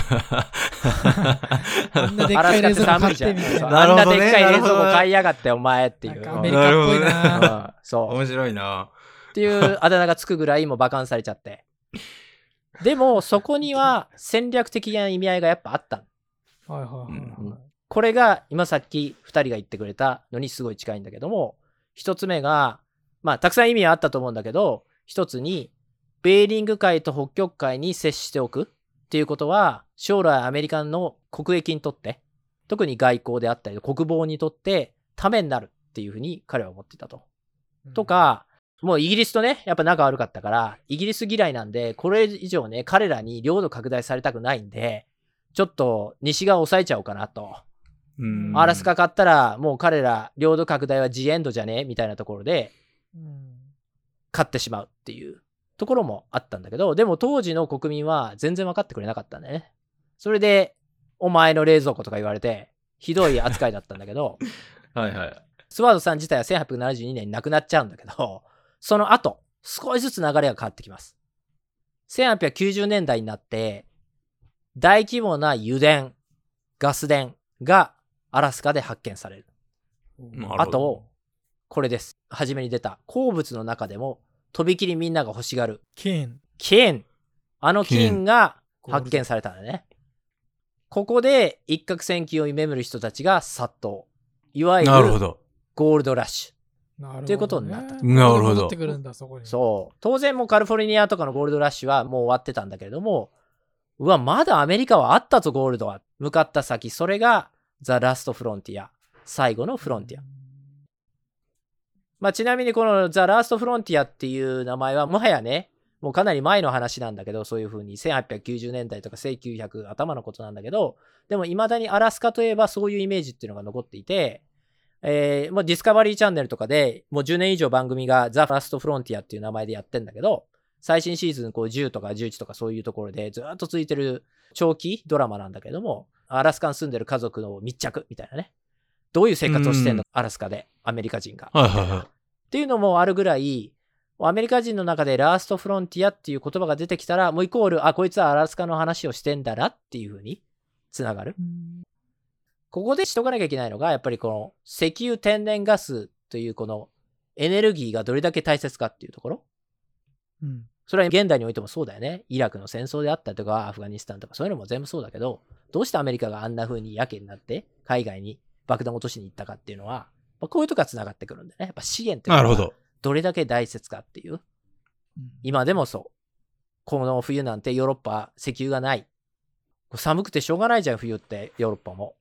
あんなでっかい冷蔵庫買ってみたいな。
あんなでっかい冷蔵庫買いやがってお前っていう。
アメリカっぽいな。
そう。
面白いな。
っていうあだ名がつくぐらいもう馬鹿にされちゃって。でも、そこには戦略的な意味合いがやっぱあった。
はいはいはい。
これが今さっき2人が言ってくれたのにすごい近いんだけども、一つ目が、まあたくさん意味はあったと思うんだけど、一つにベーリング海と北極海に接しておくっていうことは、将来アメリカの国益にとって、特に外交であったり国防にとってためになるっていうふうに彼は思ってたと。とか、もうイギリスとね、やっぱ仲悪かったから、イギリス嫌いなんで、これ以上ね、彼らに領土拡大されたくないんで、ちょっと西側を抑えちゃおうかなと。アラスカ買ったらもう彼ら領土拡大はジエンドじゃねみたいなところで買ってしまうっていうところもあったんだけど、でも当時の国民は全然分かってくれなかったんだよね。それでお前の冷蔵庫とか言われてひどい扱いだったんだけど
はいはい。
スワードさん自体は1872年に亡くなっちゃうんだけど、その後少しずつ流れが変わってきます。1890年代になって大規模な油田、ガス田がアラスカで発見される。あと、これです。初めに出た鉱物の中でもとびきりみんなが欲しがる
金。
あの金が発見されたんだね。ここで一攫千金を夢見る人たちが殺到。いわゆるゴールドラッシュということになった。
なるほど。
そう。当然もうカリフォルニアとかのゴールドラッシュはもう終わってたんだけれども、うわ、まだアメリカはあったぞ、ゴールドは。向かった先、それがザ・ラスト・フロンティア。最後のフロンティア。まあ、ちなみにこのザ・ラスト・フロンティアっていう名前はもはやね、もうかなり前の話なんだけど、そういう風に1890年代とか1900頭のことなんだけど、でも未だにアラスカといえばそういうイメージっていうのが残っていて、もうディスカバリーチャンネルとかでもう10年以上番組がザ・ラスト・フロンティアっていう名前でやってんだけど、最新シーズンこう10とか11とかそういうところでずっと続いてる長期ドラマなんだけども、アラスカに住んでる家族の密着みたいなね。どういう生活をしてんの、アラスカで、アメリカ人が。
はいはいはい。
っていうのもあるぐらい、アメリカ人の中でラストフロンティアっていう言葉が出てきたら、もうイコール、あ、こいつはアラスカの話をしてんだなっていう風につながる。ここでしとかなきゃいけないのが、やっぱりこの石油天然ガスというこのエネルギーがどれだけ大切かっていうところ。それは現代においてもそうだよね。イラクの戦争であったりとか、アフガニスタンとかそういうのも全部そうだけど、どうしてアメリカがあんな風にやけになって海外に爆弾を落としに行ったかっていうのは、こういうとこが繋がってくるんだよね。やっぱ資源っていうのはどれだけ大切かっていう。今でもそう。この冬なんてヨーロッパ石油がない。寒くてしょうがないじゃん、冬ってヨーロッパも。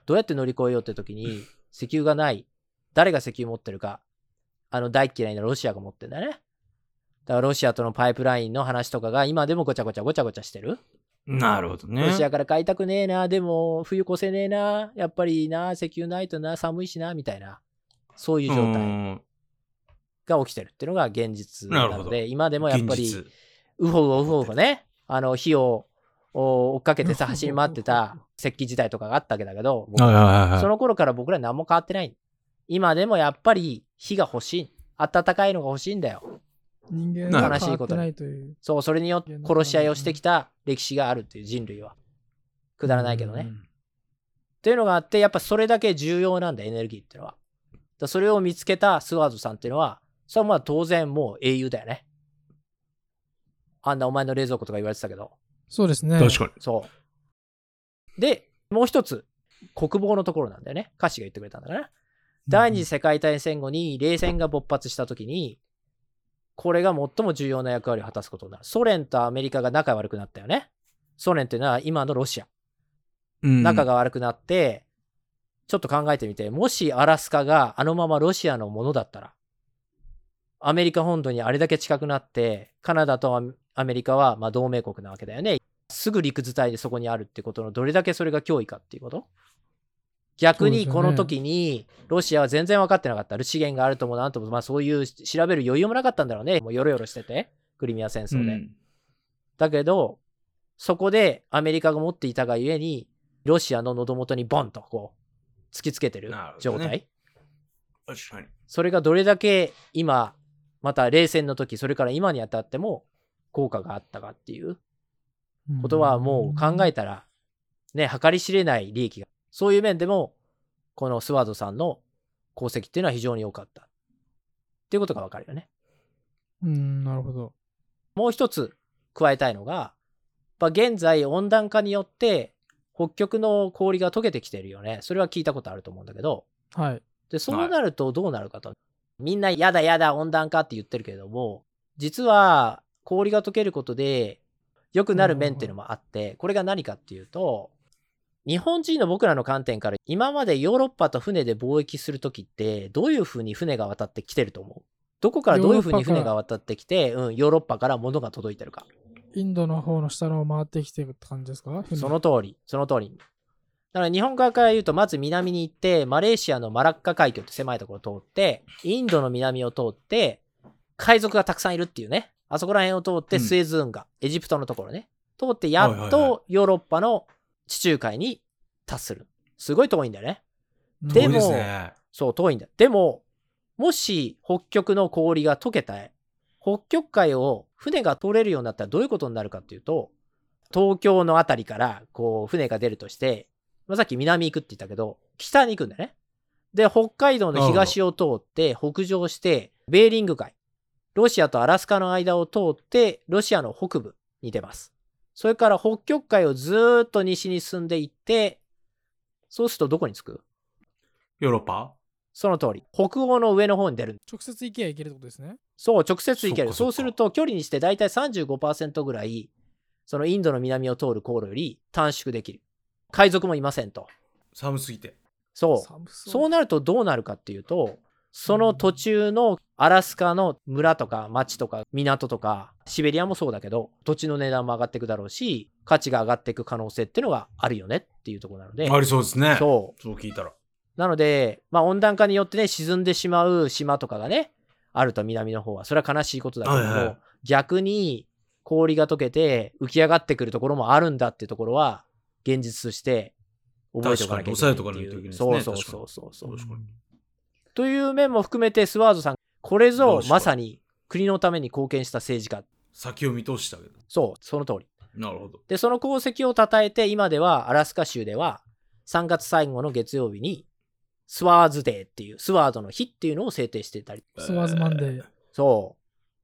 どうやって乗り越えようって時に、石油がない。誰が石油持ってるか。大っ嫌いなロシアが持ってんだよね。だからロシアとのパイプラインの話とかが今でもごちゃごちゃしてる。
なるほどね。
ロシアから買いたくねえな、でも冬越せねえな、やっぱりな、石油ないとな、寒いしな、みたいな、そういう状態が起きてるっていうのが現実なので、今でもやっぱり、うほね、火を追っかけてさ、走り回ってた石器時代とかがあったわけだけど、その頃から僕ら何も変わってない。今でもやっぱり火が欲しい。暖かいのが欲しいんだよ。
人間が変わってないという。
そう、それによって殺し合いをしてきた歴史があるっていう人類は。くだらないけどね。っていうのがあって、やっぱそれだけ重要なんだ、エネルギーっていうのは。それを見つけたスワーズさんっていうのは、それはまあ当然もう英雄だよね。あんなお前の冷蔵庫とか言われてたけど。
そうですね。
確かに。
そう。で、もう一つ、国防のところなんだよね。歌詞が言ってくれたんだから。第二次世界大戦後に冷戦が勃発した時に、これが最も重要な役割を果たすことになる。ソ連とアメリカが仲悪くなったよね。ソ連っていうのは今のロシア。仲が悪くなって、ちょっと考えてみて、もしアラスカがあのままロシアのものだったら、アメリカ本土にあれだけ近くなって、カナダとアメリカはまあ同盟国なわけだよね。すぐ陸伝いでそこにあるってことのどれだけそれが脅威かっていうこと。逆にこの時にロシアは全然分かってなかった。資源があるともなんとも、まあそういう調べる余裕もなかったんだろうね。もうヨロヨロしてて、クリミア戦争で。だけど、そこでアメリカが持っていたがゆえに、ロシアの喉元にボンとこう、突きつけてる状態。ね、
確かに。
それがどれだけ今、また冷戦の時、それから今にあたっても効果があったかっていうことはもう考えたら、ね、計り知れない利益が。そういう面でも、このスワードさんの功績っていうのは非常に良かった。っていうことがわかるよね。
なるほど。
もう一つ加えたいのが、現在温暖化によって北極の氷が溶けてきてるよね。それは聞いたことあると思うんだけど。
はい。
で、そうなるとどうなるかと。みんなやだやだ温暖化って言ってるけれども、実は氷が溶けることで良くなる面っていうのもあって、これが何かっていうと、日本人の僕らの観点から今までヨーロッパと船で貿易するときってどういうふうに船が渡ってきてると思う？どこからどういうふうに船が渡ってきて、ヨーロッパから物が届いてるか。
インドの方の下のを回ってきてるって感じですか？
その通り。だから日本側から言うとまず南に行ってマレーシアのマラッカ海峡って狭いところを通ってインドの南を通って海賊がたくさんいるっていうね。あそこら辺を通ってスエズ運河、エジプトのところね。通ってやっとヨーロッパの地中海に達する。すごい遠いんだよね。でも、そう遠いんだ。でも、もし北極の氷が溶けた北極海を船が通れるようになったらどういうことになるかっていうと、東京のあたりからこう船が出るとして、さっき南行くって言ったけど、北に行くんだね。で、北海道の東を通って北上して、ベーリング海、ロシアとアラスカの間を通ってロシアの北部に出ます。それから北極海をずーっと西に進んでいって、そうするとどこに着く？
ヨーロッパ？
その通り。北欧の上の方に出る。
直接行けば行けるってことですね。
そう、直接行ける。そうすると距離にしてだいたい 35% ぐらい、そのインドの南を通る航路より短縮できる。海賊もいませんと。
寒すぎて。
そうなるとどうなるかっていうと、その途中のアラスカの村とか町とか港とかシベリアもそうだけど土地の値段も上がっていくだろうし価値が上がっていく可能性っていうのがあるよねっていうところなので。
ありそうですね。
そう
聞いたら。
なので、温暖化によってね沈んでしまう島とかがねあると南の方はそれは悲しいことだけども、逆に氷が溶けて浮き上がってくるところもあるんだっていうところは現実として覚えておかなきゃいけないっていう。そう。という面も含めてスワードさん、これぞまさに国のために貢献した政治家。
先を見通したけど。
そう、その通り。
なるほど。
で、その功績を称えて、今ではアラスカ州では3月最後の月曜日にスワーズデーっていう、スワードの日っていうのを制定してたり。
スワーズマンデー。
そう。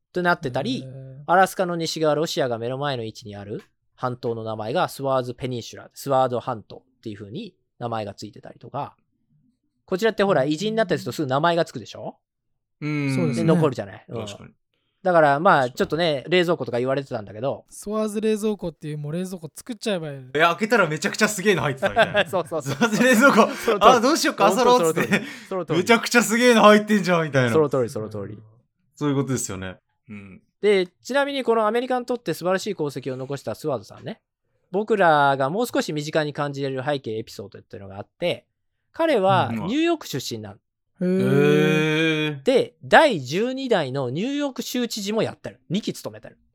となってたり、アラスカの西側、ロシアが目の前の位置にある半島の名前がスワーズペニンシュラ、スワード半島っていう風に名前がついてたりとか、こちらってほら偉人になったりするとすぐ名前がつくでしょ？
そうですね。
で残るじゃない。
確かに。
だからまあちょっとね冷蔵庫とか言われてたんだけど、
スワーズ冷蔵庫っていうもう冷蔵庫作っちゃえばいい。
開けたらめちゃくちゃすげえの入ってたみたいな。
そうそうそう。
スワーズ冷蔵庫、どうしようか、朝ろっつって。めちゃくちゃすげえの入ってんじゃんみたいな。
その通り。
そういうことですよね。うん。
で、ちなみにこのアメリカにとって素晴らしい功績を残したスワードさんね、僕らがもう少し身近に感じれる背景エピソードっていうのがあって、彼はニューヨーク出身なの。で、第12代のニューヨーク州知事もやってる。2期務めてる。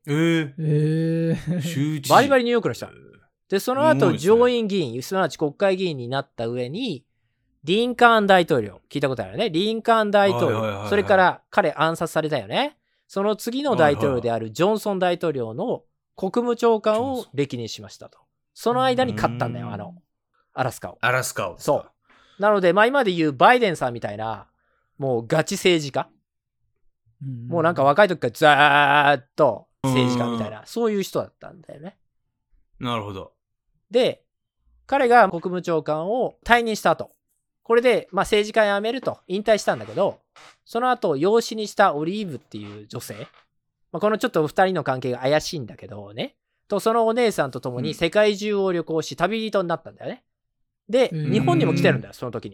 州知事。
バリバリニューヨークの人。で、その後、上院議員、すなわち国会議員になった上に、リンカーン大統領、聞いたことあるよね。リンカーン大統領。それから彼暗殺されたよね。その次の大統領であるジョンソン大統領の国務長官を歴任しましたと。その間に勝ったんだよ、アラスカを。そう。なので、まあ今で言うバイデンさんみたいな、もうガチ政治家。もうなんか若い時からずーっと政治家みたいな、そういう人だったんだよね。
なるほど。
で、彼が国務長官を退任した後、これで、まあ、政治家辞めると引退したんだけど、その後養子にしたオリーブっていう女性、まあ、このちょっと2人の関係が怪しいんだけどね、とそのお姉さんと共に世界中を旅行し旅人になったんだよね。で、日本にも来てるんだよ、その時に。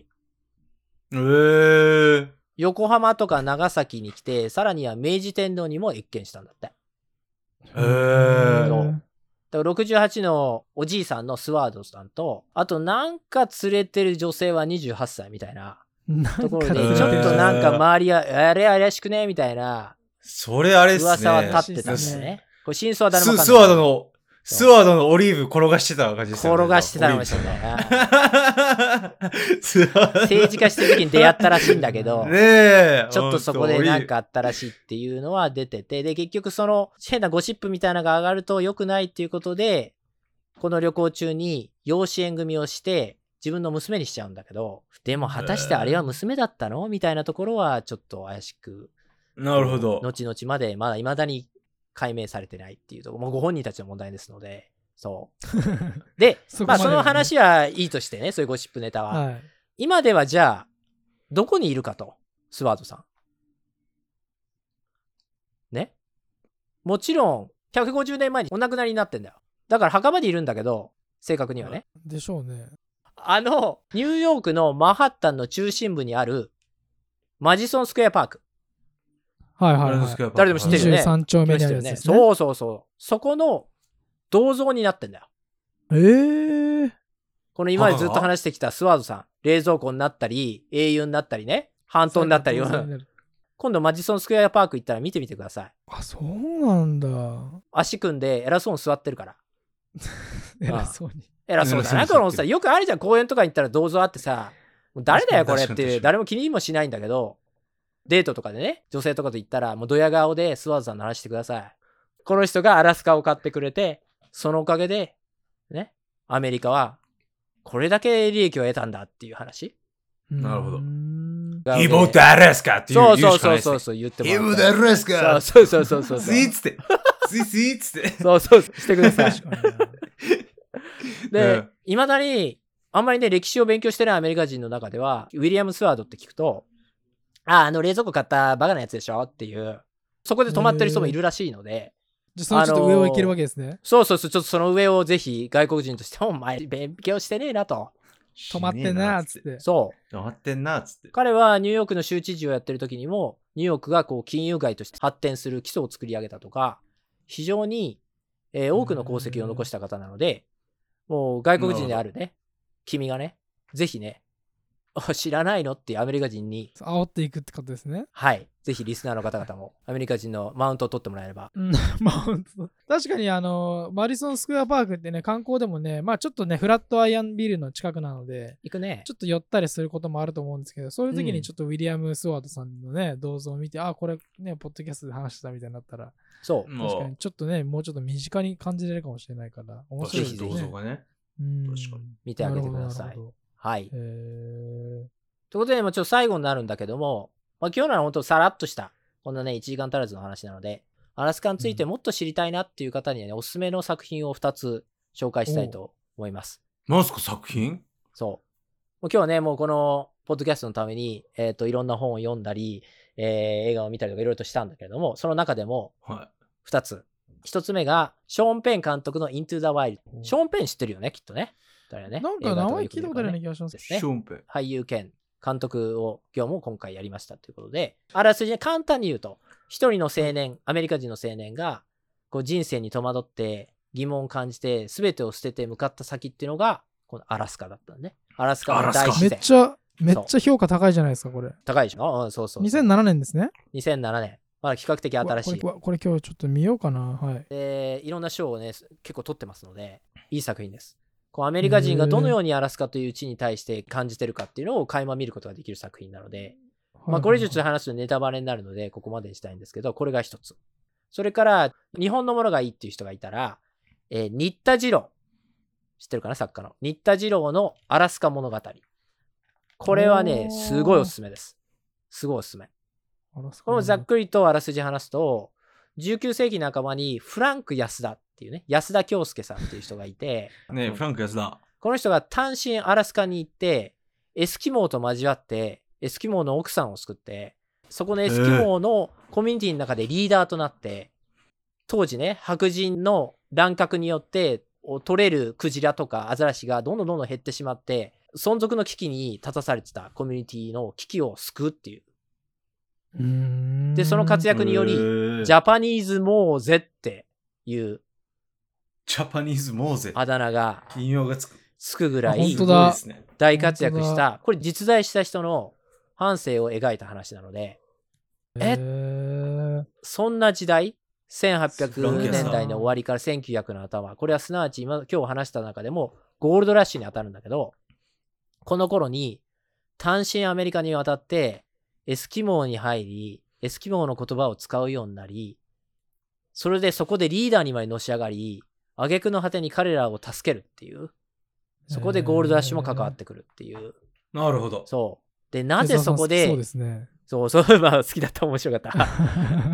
横浜とか長崎に来て、さらには明治天皇にも謁見したんだって。だから68のおじいさんのスワードさんと、あとなんか連れてる女性は28歳みたいなところで、ちょっとなんか周りは、あれ怪しくねみたいな。
それあれっすね。
噂は立ってたんですね。これ真相は誰も分かんない。
スワードのオリーブ転がしてた感じですよね。
転がしてたかもしれない。政治家してる時に出会ったらしいんだけど、ちょっとそこでなんかあったらしいっていうのは出てて、で、結局その変なゴシップみたいなのが上がると良くないっていうことで、この旅行中に養子縁組をして自分の娘にしちゃうんだけど、でも果たしてあれは娘だったのみたいなところはちょっと怪しく。
なるほど。
後々までまだ未だに解明されてないっていうところ、もうご本人たちの問題ですので、そう。で、まあその話はいいとしてね、そういうゴシップネタは。今ではじゃあ、どこにいるかと、スワードさん。ね。もちろん、150年前にお亡くなりになってんだよ。だから墓場にいるんだけど、正確にはね。
でしょうね。
ニューヨークのマンハッタンの中心部にある、マジソンスクエアパーク。誰でも知ってるよね。
23丁目にあるやつですね。
そう。そこの銅像になってんだよ。この今までずっと話してきたスワードさん、冷蔵庫になったり、英雄になったりね、半島になったり、今度マジソンスクエアパーク行ったら見てみてください。
あ、そうなんだ。
足組んで偉そうに座ってるから。
偉そうに。
偉そうだな、このさ、よくあるじゃん、公園とかに行ったら銅像あってさ、誰だよこれって誰も気にもしないんだけど、デートとかでね、女性とかと行ったら、もうドヤ顔でスワードさんの話してください。この人がアラスカを買ってくれて、そのおかげで、ね、アメリカは、これだけ利益を得たんだっていう話。
なるほど。He bought the Alaska っていう。
そう、言ってもら
った。He bought the Alaska!
そう。
スイーツって。スイーツって。
そう、してください。で、未だに、あんまりね、歴史を勉強してないアメリカ人の中では、ウィリアム・スワードって聞くと、冷蔵庫買ったバカなやつでしょっていう、そこで止まってる人もいるらしいので。
じゃそのちょっと上を行けるわけですね。
そう、ちょっとその上をぜひ外国人として、お前勉強してねえなと。
止まってんな、つって。
そう。
止まってんな、つって。
彼はニューヨークの州知事をやってる時にも、ニューヨークがこう金融街として発展する基礎を作り上げたとか、非常に、多くの功績を残した方なので、もう外国人であるね、君がね、ぜひね、知らないのっていうアメリカ人に
煽っていくってことですね。
はい。ぜひリスナーの方々もアメリカ人のマウントを取ってもらえれば。
マウント。確かにマリソンスクエアパークってね、観光でもね、まあちょっとね、フラットアイアンビルの近くなので、
行くね。
ちょっと寄ったりすることもあると思うんですけど、そういう時にちょっとウィリアム・スワードさんのね、銅像を見て、これね、ポッドキャストで話したみたいになったら、
そう。
確かにちょっとね、もうちょっと身近に感じれるかもしれないから、面白いですね。
銅像がね。
確
かに。見てあげてください。はい。ということで、ちょっと最後になるんだけども、今日のは本当さらっとした、こんなね、1時間足らずの話なので、アラスカについてもっと知りたいなっていう方にはね、おすすめの作品を2つ紹介したいと思います。
何すか、作品？
そう。もう今日はね、もうこの、ポッドキャストのために、いろんな本を読んだり、 映画を見たりとかいろいろとしたんだけれども、その中でも2つ。
はい、
1つ目が、ショーン・ペン監督の Into the Wild。ショーン・ペン知ってるよね、きっとね。誰ね。
なんか名前聞いたことあるような気がします
ね。ショ
ーン・ペン。
俳優兼監督を今日も今回やりましたということで、あらすじで簡単に言うと、一人の青年、アメリカ人の青年が、こう人生に戸惑って疑問を感じて、全てを捨てて向かった先っていうのが、このアラスカだったね。アラスカの大自然。
めっちゃ評価高いじゃないですか、これ。
高いでしょ。うん、そうそう。
2007年ですね。
2007年。まだ比較的新しい。
これ今日ちょっと見ようかな。はい。
で、いろんな賞をね、結構取ってますので、いい作品です。こうアメリカ人がどのようにアラスカという地に対して感じてるかっていうのを垣間見ることができる作品なので、まあこれ以上話すとネタバレになるので、ここまでにしたいんですけど、これが一つ。それから、日本のものがいいっていう人がいたら、新田次郎。知ってるかな、作家の。新田次郎のアラスカ物語。これはね、すごいおすすめです。すごいおすすめ。これもざっくりとあらすじ話すと、19世紀半ばにフランク安田っていうね、安田恭介さんっていう人がいて、
ねえ、フランク安田。
この人が単身アラスカに行って、エスキモーと交わって、エスキモーの奥さんを救って、そこのエスキモーのコミュニティの中でリーダーとなって、当時ね、白人の乱獲によって取れるクジラとかアザラシがどんどん減ってしまって、存続の危機に立たされてたコミュニティの危機を救うっていう。で、その活躍により、ジャパニーズモーゼっていう、
ジャパニーズモーゼ
あだ名がつくぐらい大活躍した、これ実在した人の半生を描いた話なので、そんな時代、1800年代の終わりから1900の頭、これはすなわち今日話した中でもゴールドラッシュに当たるんだけど、この頃に単身アメリカに渡ってエスキモーに入り、エスキモーの言葉を使うようになり、それでそこでリーダーにまでのし上がり、挙句の果てに彼らを助けるっていう、そこでゴールドラッシュも関わってくるっていう。
なるほど。
そう。で、なぜそこで、
そうですね。
そう、まあ好きだった、面白かった。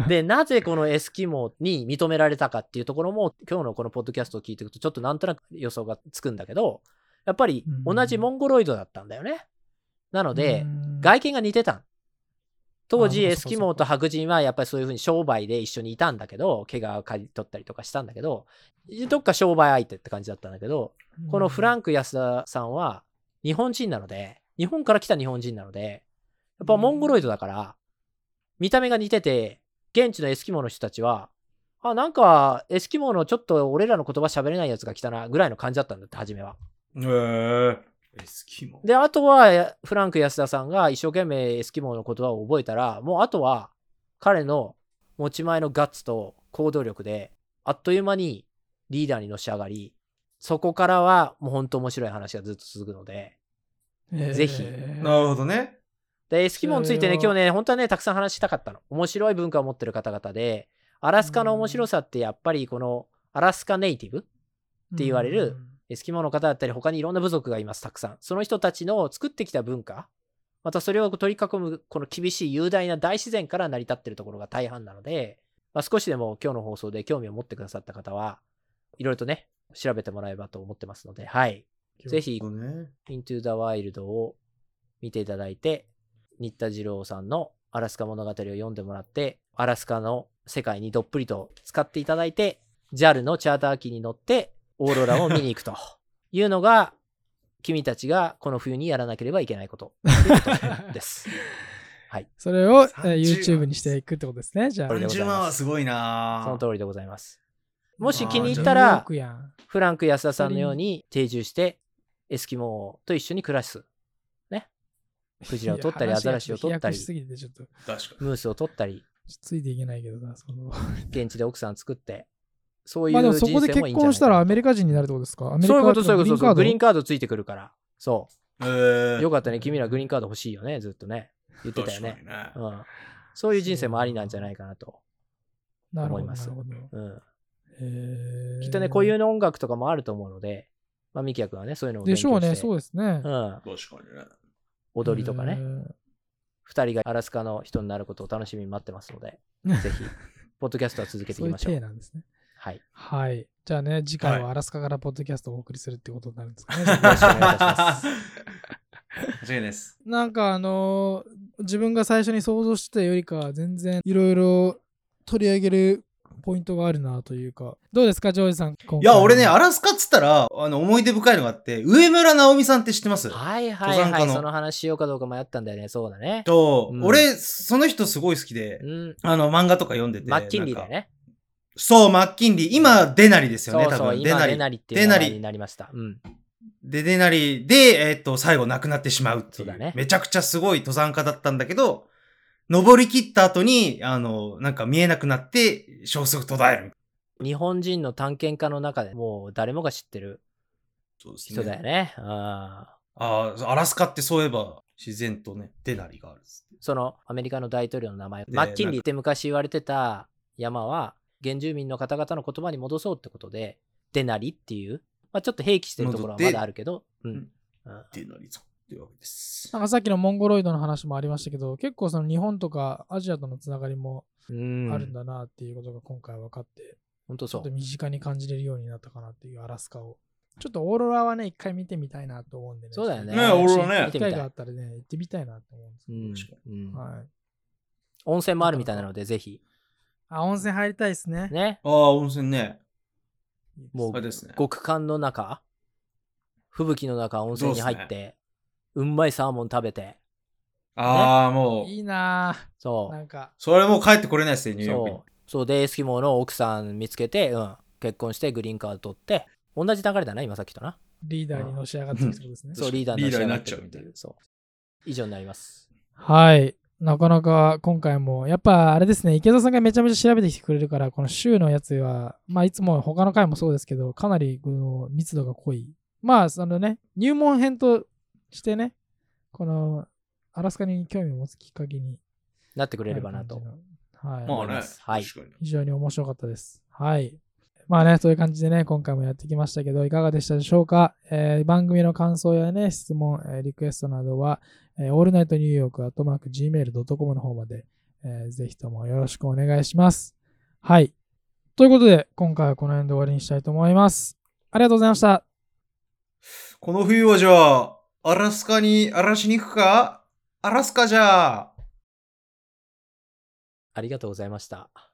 で、なぜこのエスキモーに認められたかっていうところも、今日のこのポッドキャストを聞いていくと、ちょっとなんとなく予想がつくんだけど、やっぱり同じモンゴロイドだったんだよね。なので、外見が似てた。当時エスキモーと白人はやっぱりそういう風に商売で一緒にいたんだけど、毛皮を刈り取ったりとかしたんだけど、どっか商売相手って感じだったんだけど、このフランク安田さんは日本人なので、日本から来た日本人なので、やっぱモンゴロイドだから見た目が似てて、現地のエスキモーの人たちは、あ、なんかエスキモーのちょっと俺らの言葉喋れないやつが来たなぐらいの感じだったんだって、初めは。
エスキモー。
で、あとはフランク安田さんが一生懸命エスキモーの言葉を覚えたら、もうあとは彼の持ち前のガッツと行動力で、あっという間にリーダーにのし上がり、そこからはもう本当面白い話がずっと続くので、ぜひ。
なるほどね。
で、エスキモーについてね、今日ね、本当はね、たくさん話したかったの。面白い文化を持ってる方々で、アラスカの面白さってやっぱりこのアラスカネイティブって言われるエスキモーの方だったり、他にいろんな部族がいます、たくさん。その人たちの作ってきた文化、またそれを取り囲むこの厳しい雄大な大自然から成り立っているところが大半なので、まあ、少しでも今日の放送で興味を持ってくださった方は、いろいろとね、調べてもらえばと思ってますので、はい。ぜひ、Into the Wild を見ていただいて、新田次郎さんのアラスカ物語を読んでもらって、アラスカの世界にどっぷりと使っていただいて、JAL のチャーター機に乗ってオーロラを見に行くというのが、君たちがこの冬にやらなければいけないことです。はい。
それを YouTube にしていくってことですね。じゃあ。
30万はすごいな。
その通りでございます。もし気に入ったら、フランク安田さんのように定住して、エスキモーと一緒に暮らす。ね。クジラを取ったり、アザラシを取ったり、ムースを取ったり、
ついていけないけどな、
現地で奥さん作って、そういう人生もいいんじゃないかな。
まあでもそこで結婚したらアメリカ人になるってことですか？
そういうこと、そういうこと。グリーンカードついてくるから。そう。よかったね。君らグリーンカード欲しいよね。ずっとね。言ってたよね。うん。そういう人生もありなんじゃないかなと思います。きっとね、こういう音楽とかもあると思うので、まあ、ミキヤ君はね、そういうのを勉強して。
でしょうね、そうですね。
確かにね。
踊りとかね。二人がアラスカの人になることを楽しみに待ってますので、ぜひ、ポッドキャストは続けていきましょう。
そういう体なんですね。
はい。
はい。じゃあね、次回はアラスカからポッドキャストをお送りするってことになるんですかね。
よろしくお願いいたします。
間違いないです。
なんか自分が最初に想像してたよりかは全然いろいろ取り上げるポイントがあるなというか。どうですか、ジョージさん。
いや、俺ね、アラスカっつったら、思い出深いのがあって、上村直美さんって知ってます？
はいはいはい。その話しようかどうか迷ったんだよね。そうだね。
俺、その人すごい好きで、漫画とか読んでて。
マッキンリーだよね。
そう、マッキンリー。今、デナリですよね、
多分。今、デナリっていう名前になりました。
デナリで、最後亡くなってしまうっていう。そうだね。めちゃくちゃすごい登山家だったんだけど、登り切った後に、なんか見えなくなって、消息途絶える。
日本人の探検家の中でもう誰もが知ってる人だよね。
アラスカってそういえば自然とね、デナリがある。
そのアメリカの大統領の名前、マッキンリーって昔言われてた山は原住民の方々の言葉に戻そうってことで、デナリっていう、まあ、ちょっと併記してるところはまだあるけど、
デナリぞっていうわけです。
なんかさっきのモンゴロイドの話もありましたけど、結構その日本とかアジアとのつながりもあるんだなっていうことが今回分かって、
本当そう。
ちょっと身近に感じれるようになったかなっていうアラスカを。ちょっとオーロラはね、一回見てみたいなと思うんでね。
そうだよね。
オーロラね。
機会があったらね、行ってみたいなと思うんですけど。はい。
温泉もあるみたいなので、ぜひ。
温泉入りたいですね。
ね。
温泉ね。
もう、極寒の中、吹雪の中、温泉に入って、うんまいサーモン食べて。
もう。
いいなぁ。
そう。
なんか。
それもう帰ってこれないですね、ニューヨークに。
そうで、エスキモーの奥さん見つけて、結婚してグリーンカード取って、同じ流れだな、今さっきとな。
リーダーにのし上がってるってことですね。
そう、リーダーにのし上がってるっていう。そう。以上になります。
はい。なかなか今回も、やっぱあれですね、池田さんがめちゃめちゃ調べてきてくれるから、この週のやつは、まあいつも他の回もそうですけど、かなりこの密度が濃い。まあそのね、入門編としてね、このアラスカに興味を持つきっかけに
なってくれればなと。
はい。
まあね、
はい。
非常に面白かったです。はい。まあね、そういう感じでね、今回もやってきましたけど、いかがでしたでしょうか。番組の感想やね、質問、リクエストなどは、オールナイトニューヨーク@gmail.com の方まで、ぜひともよろしくお願いします。はい。ということで、今回はこの辺で終わりにしたいと思います。ありがとうございました。
この冬はじゃあ、アラスカに荒らしに行くか？アラスカじゃあ。
ありがとうございました。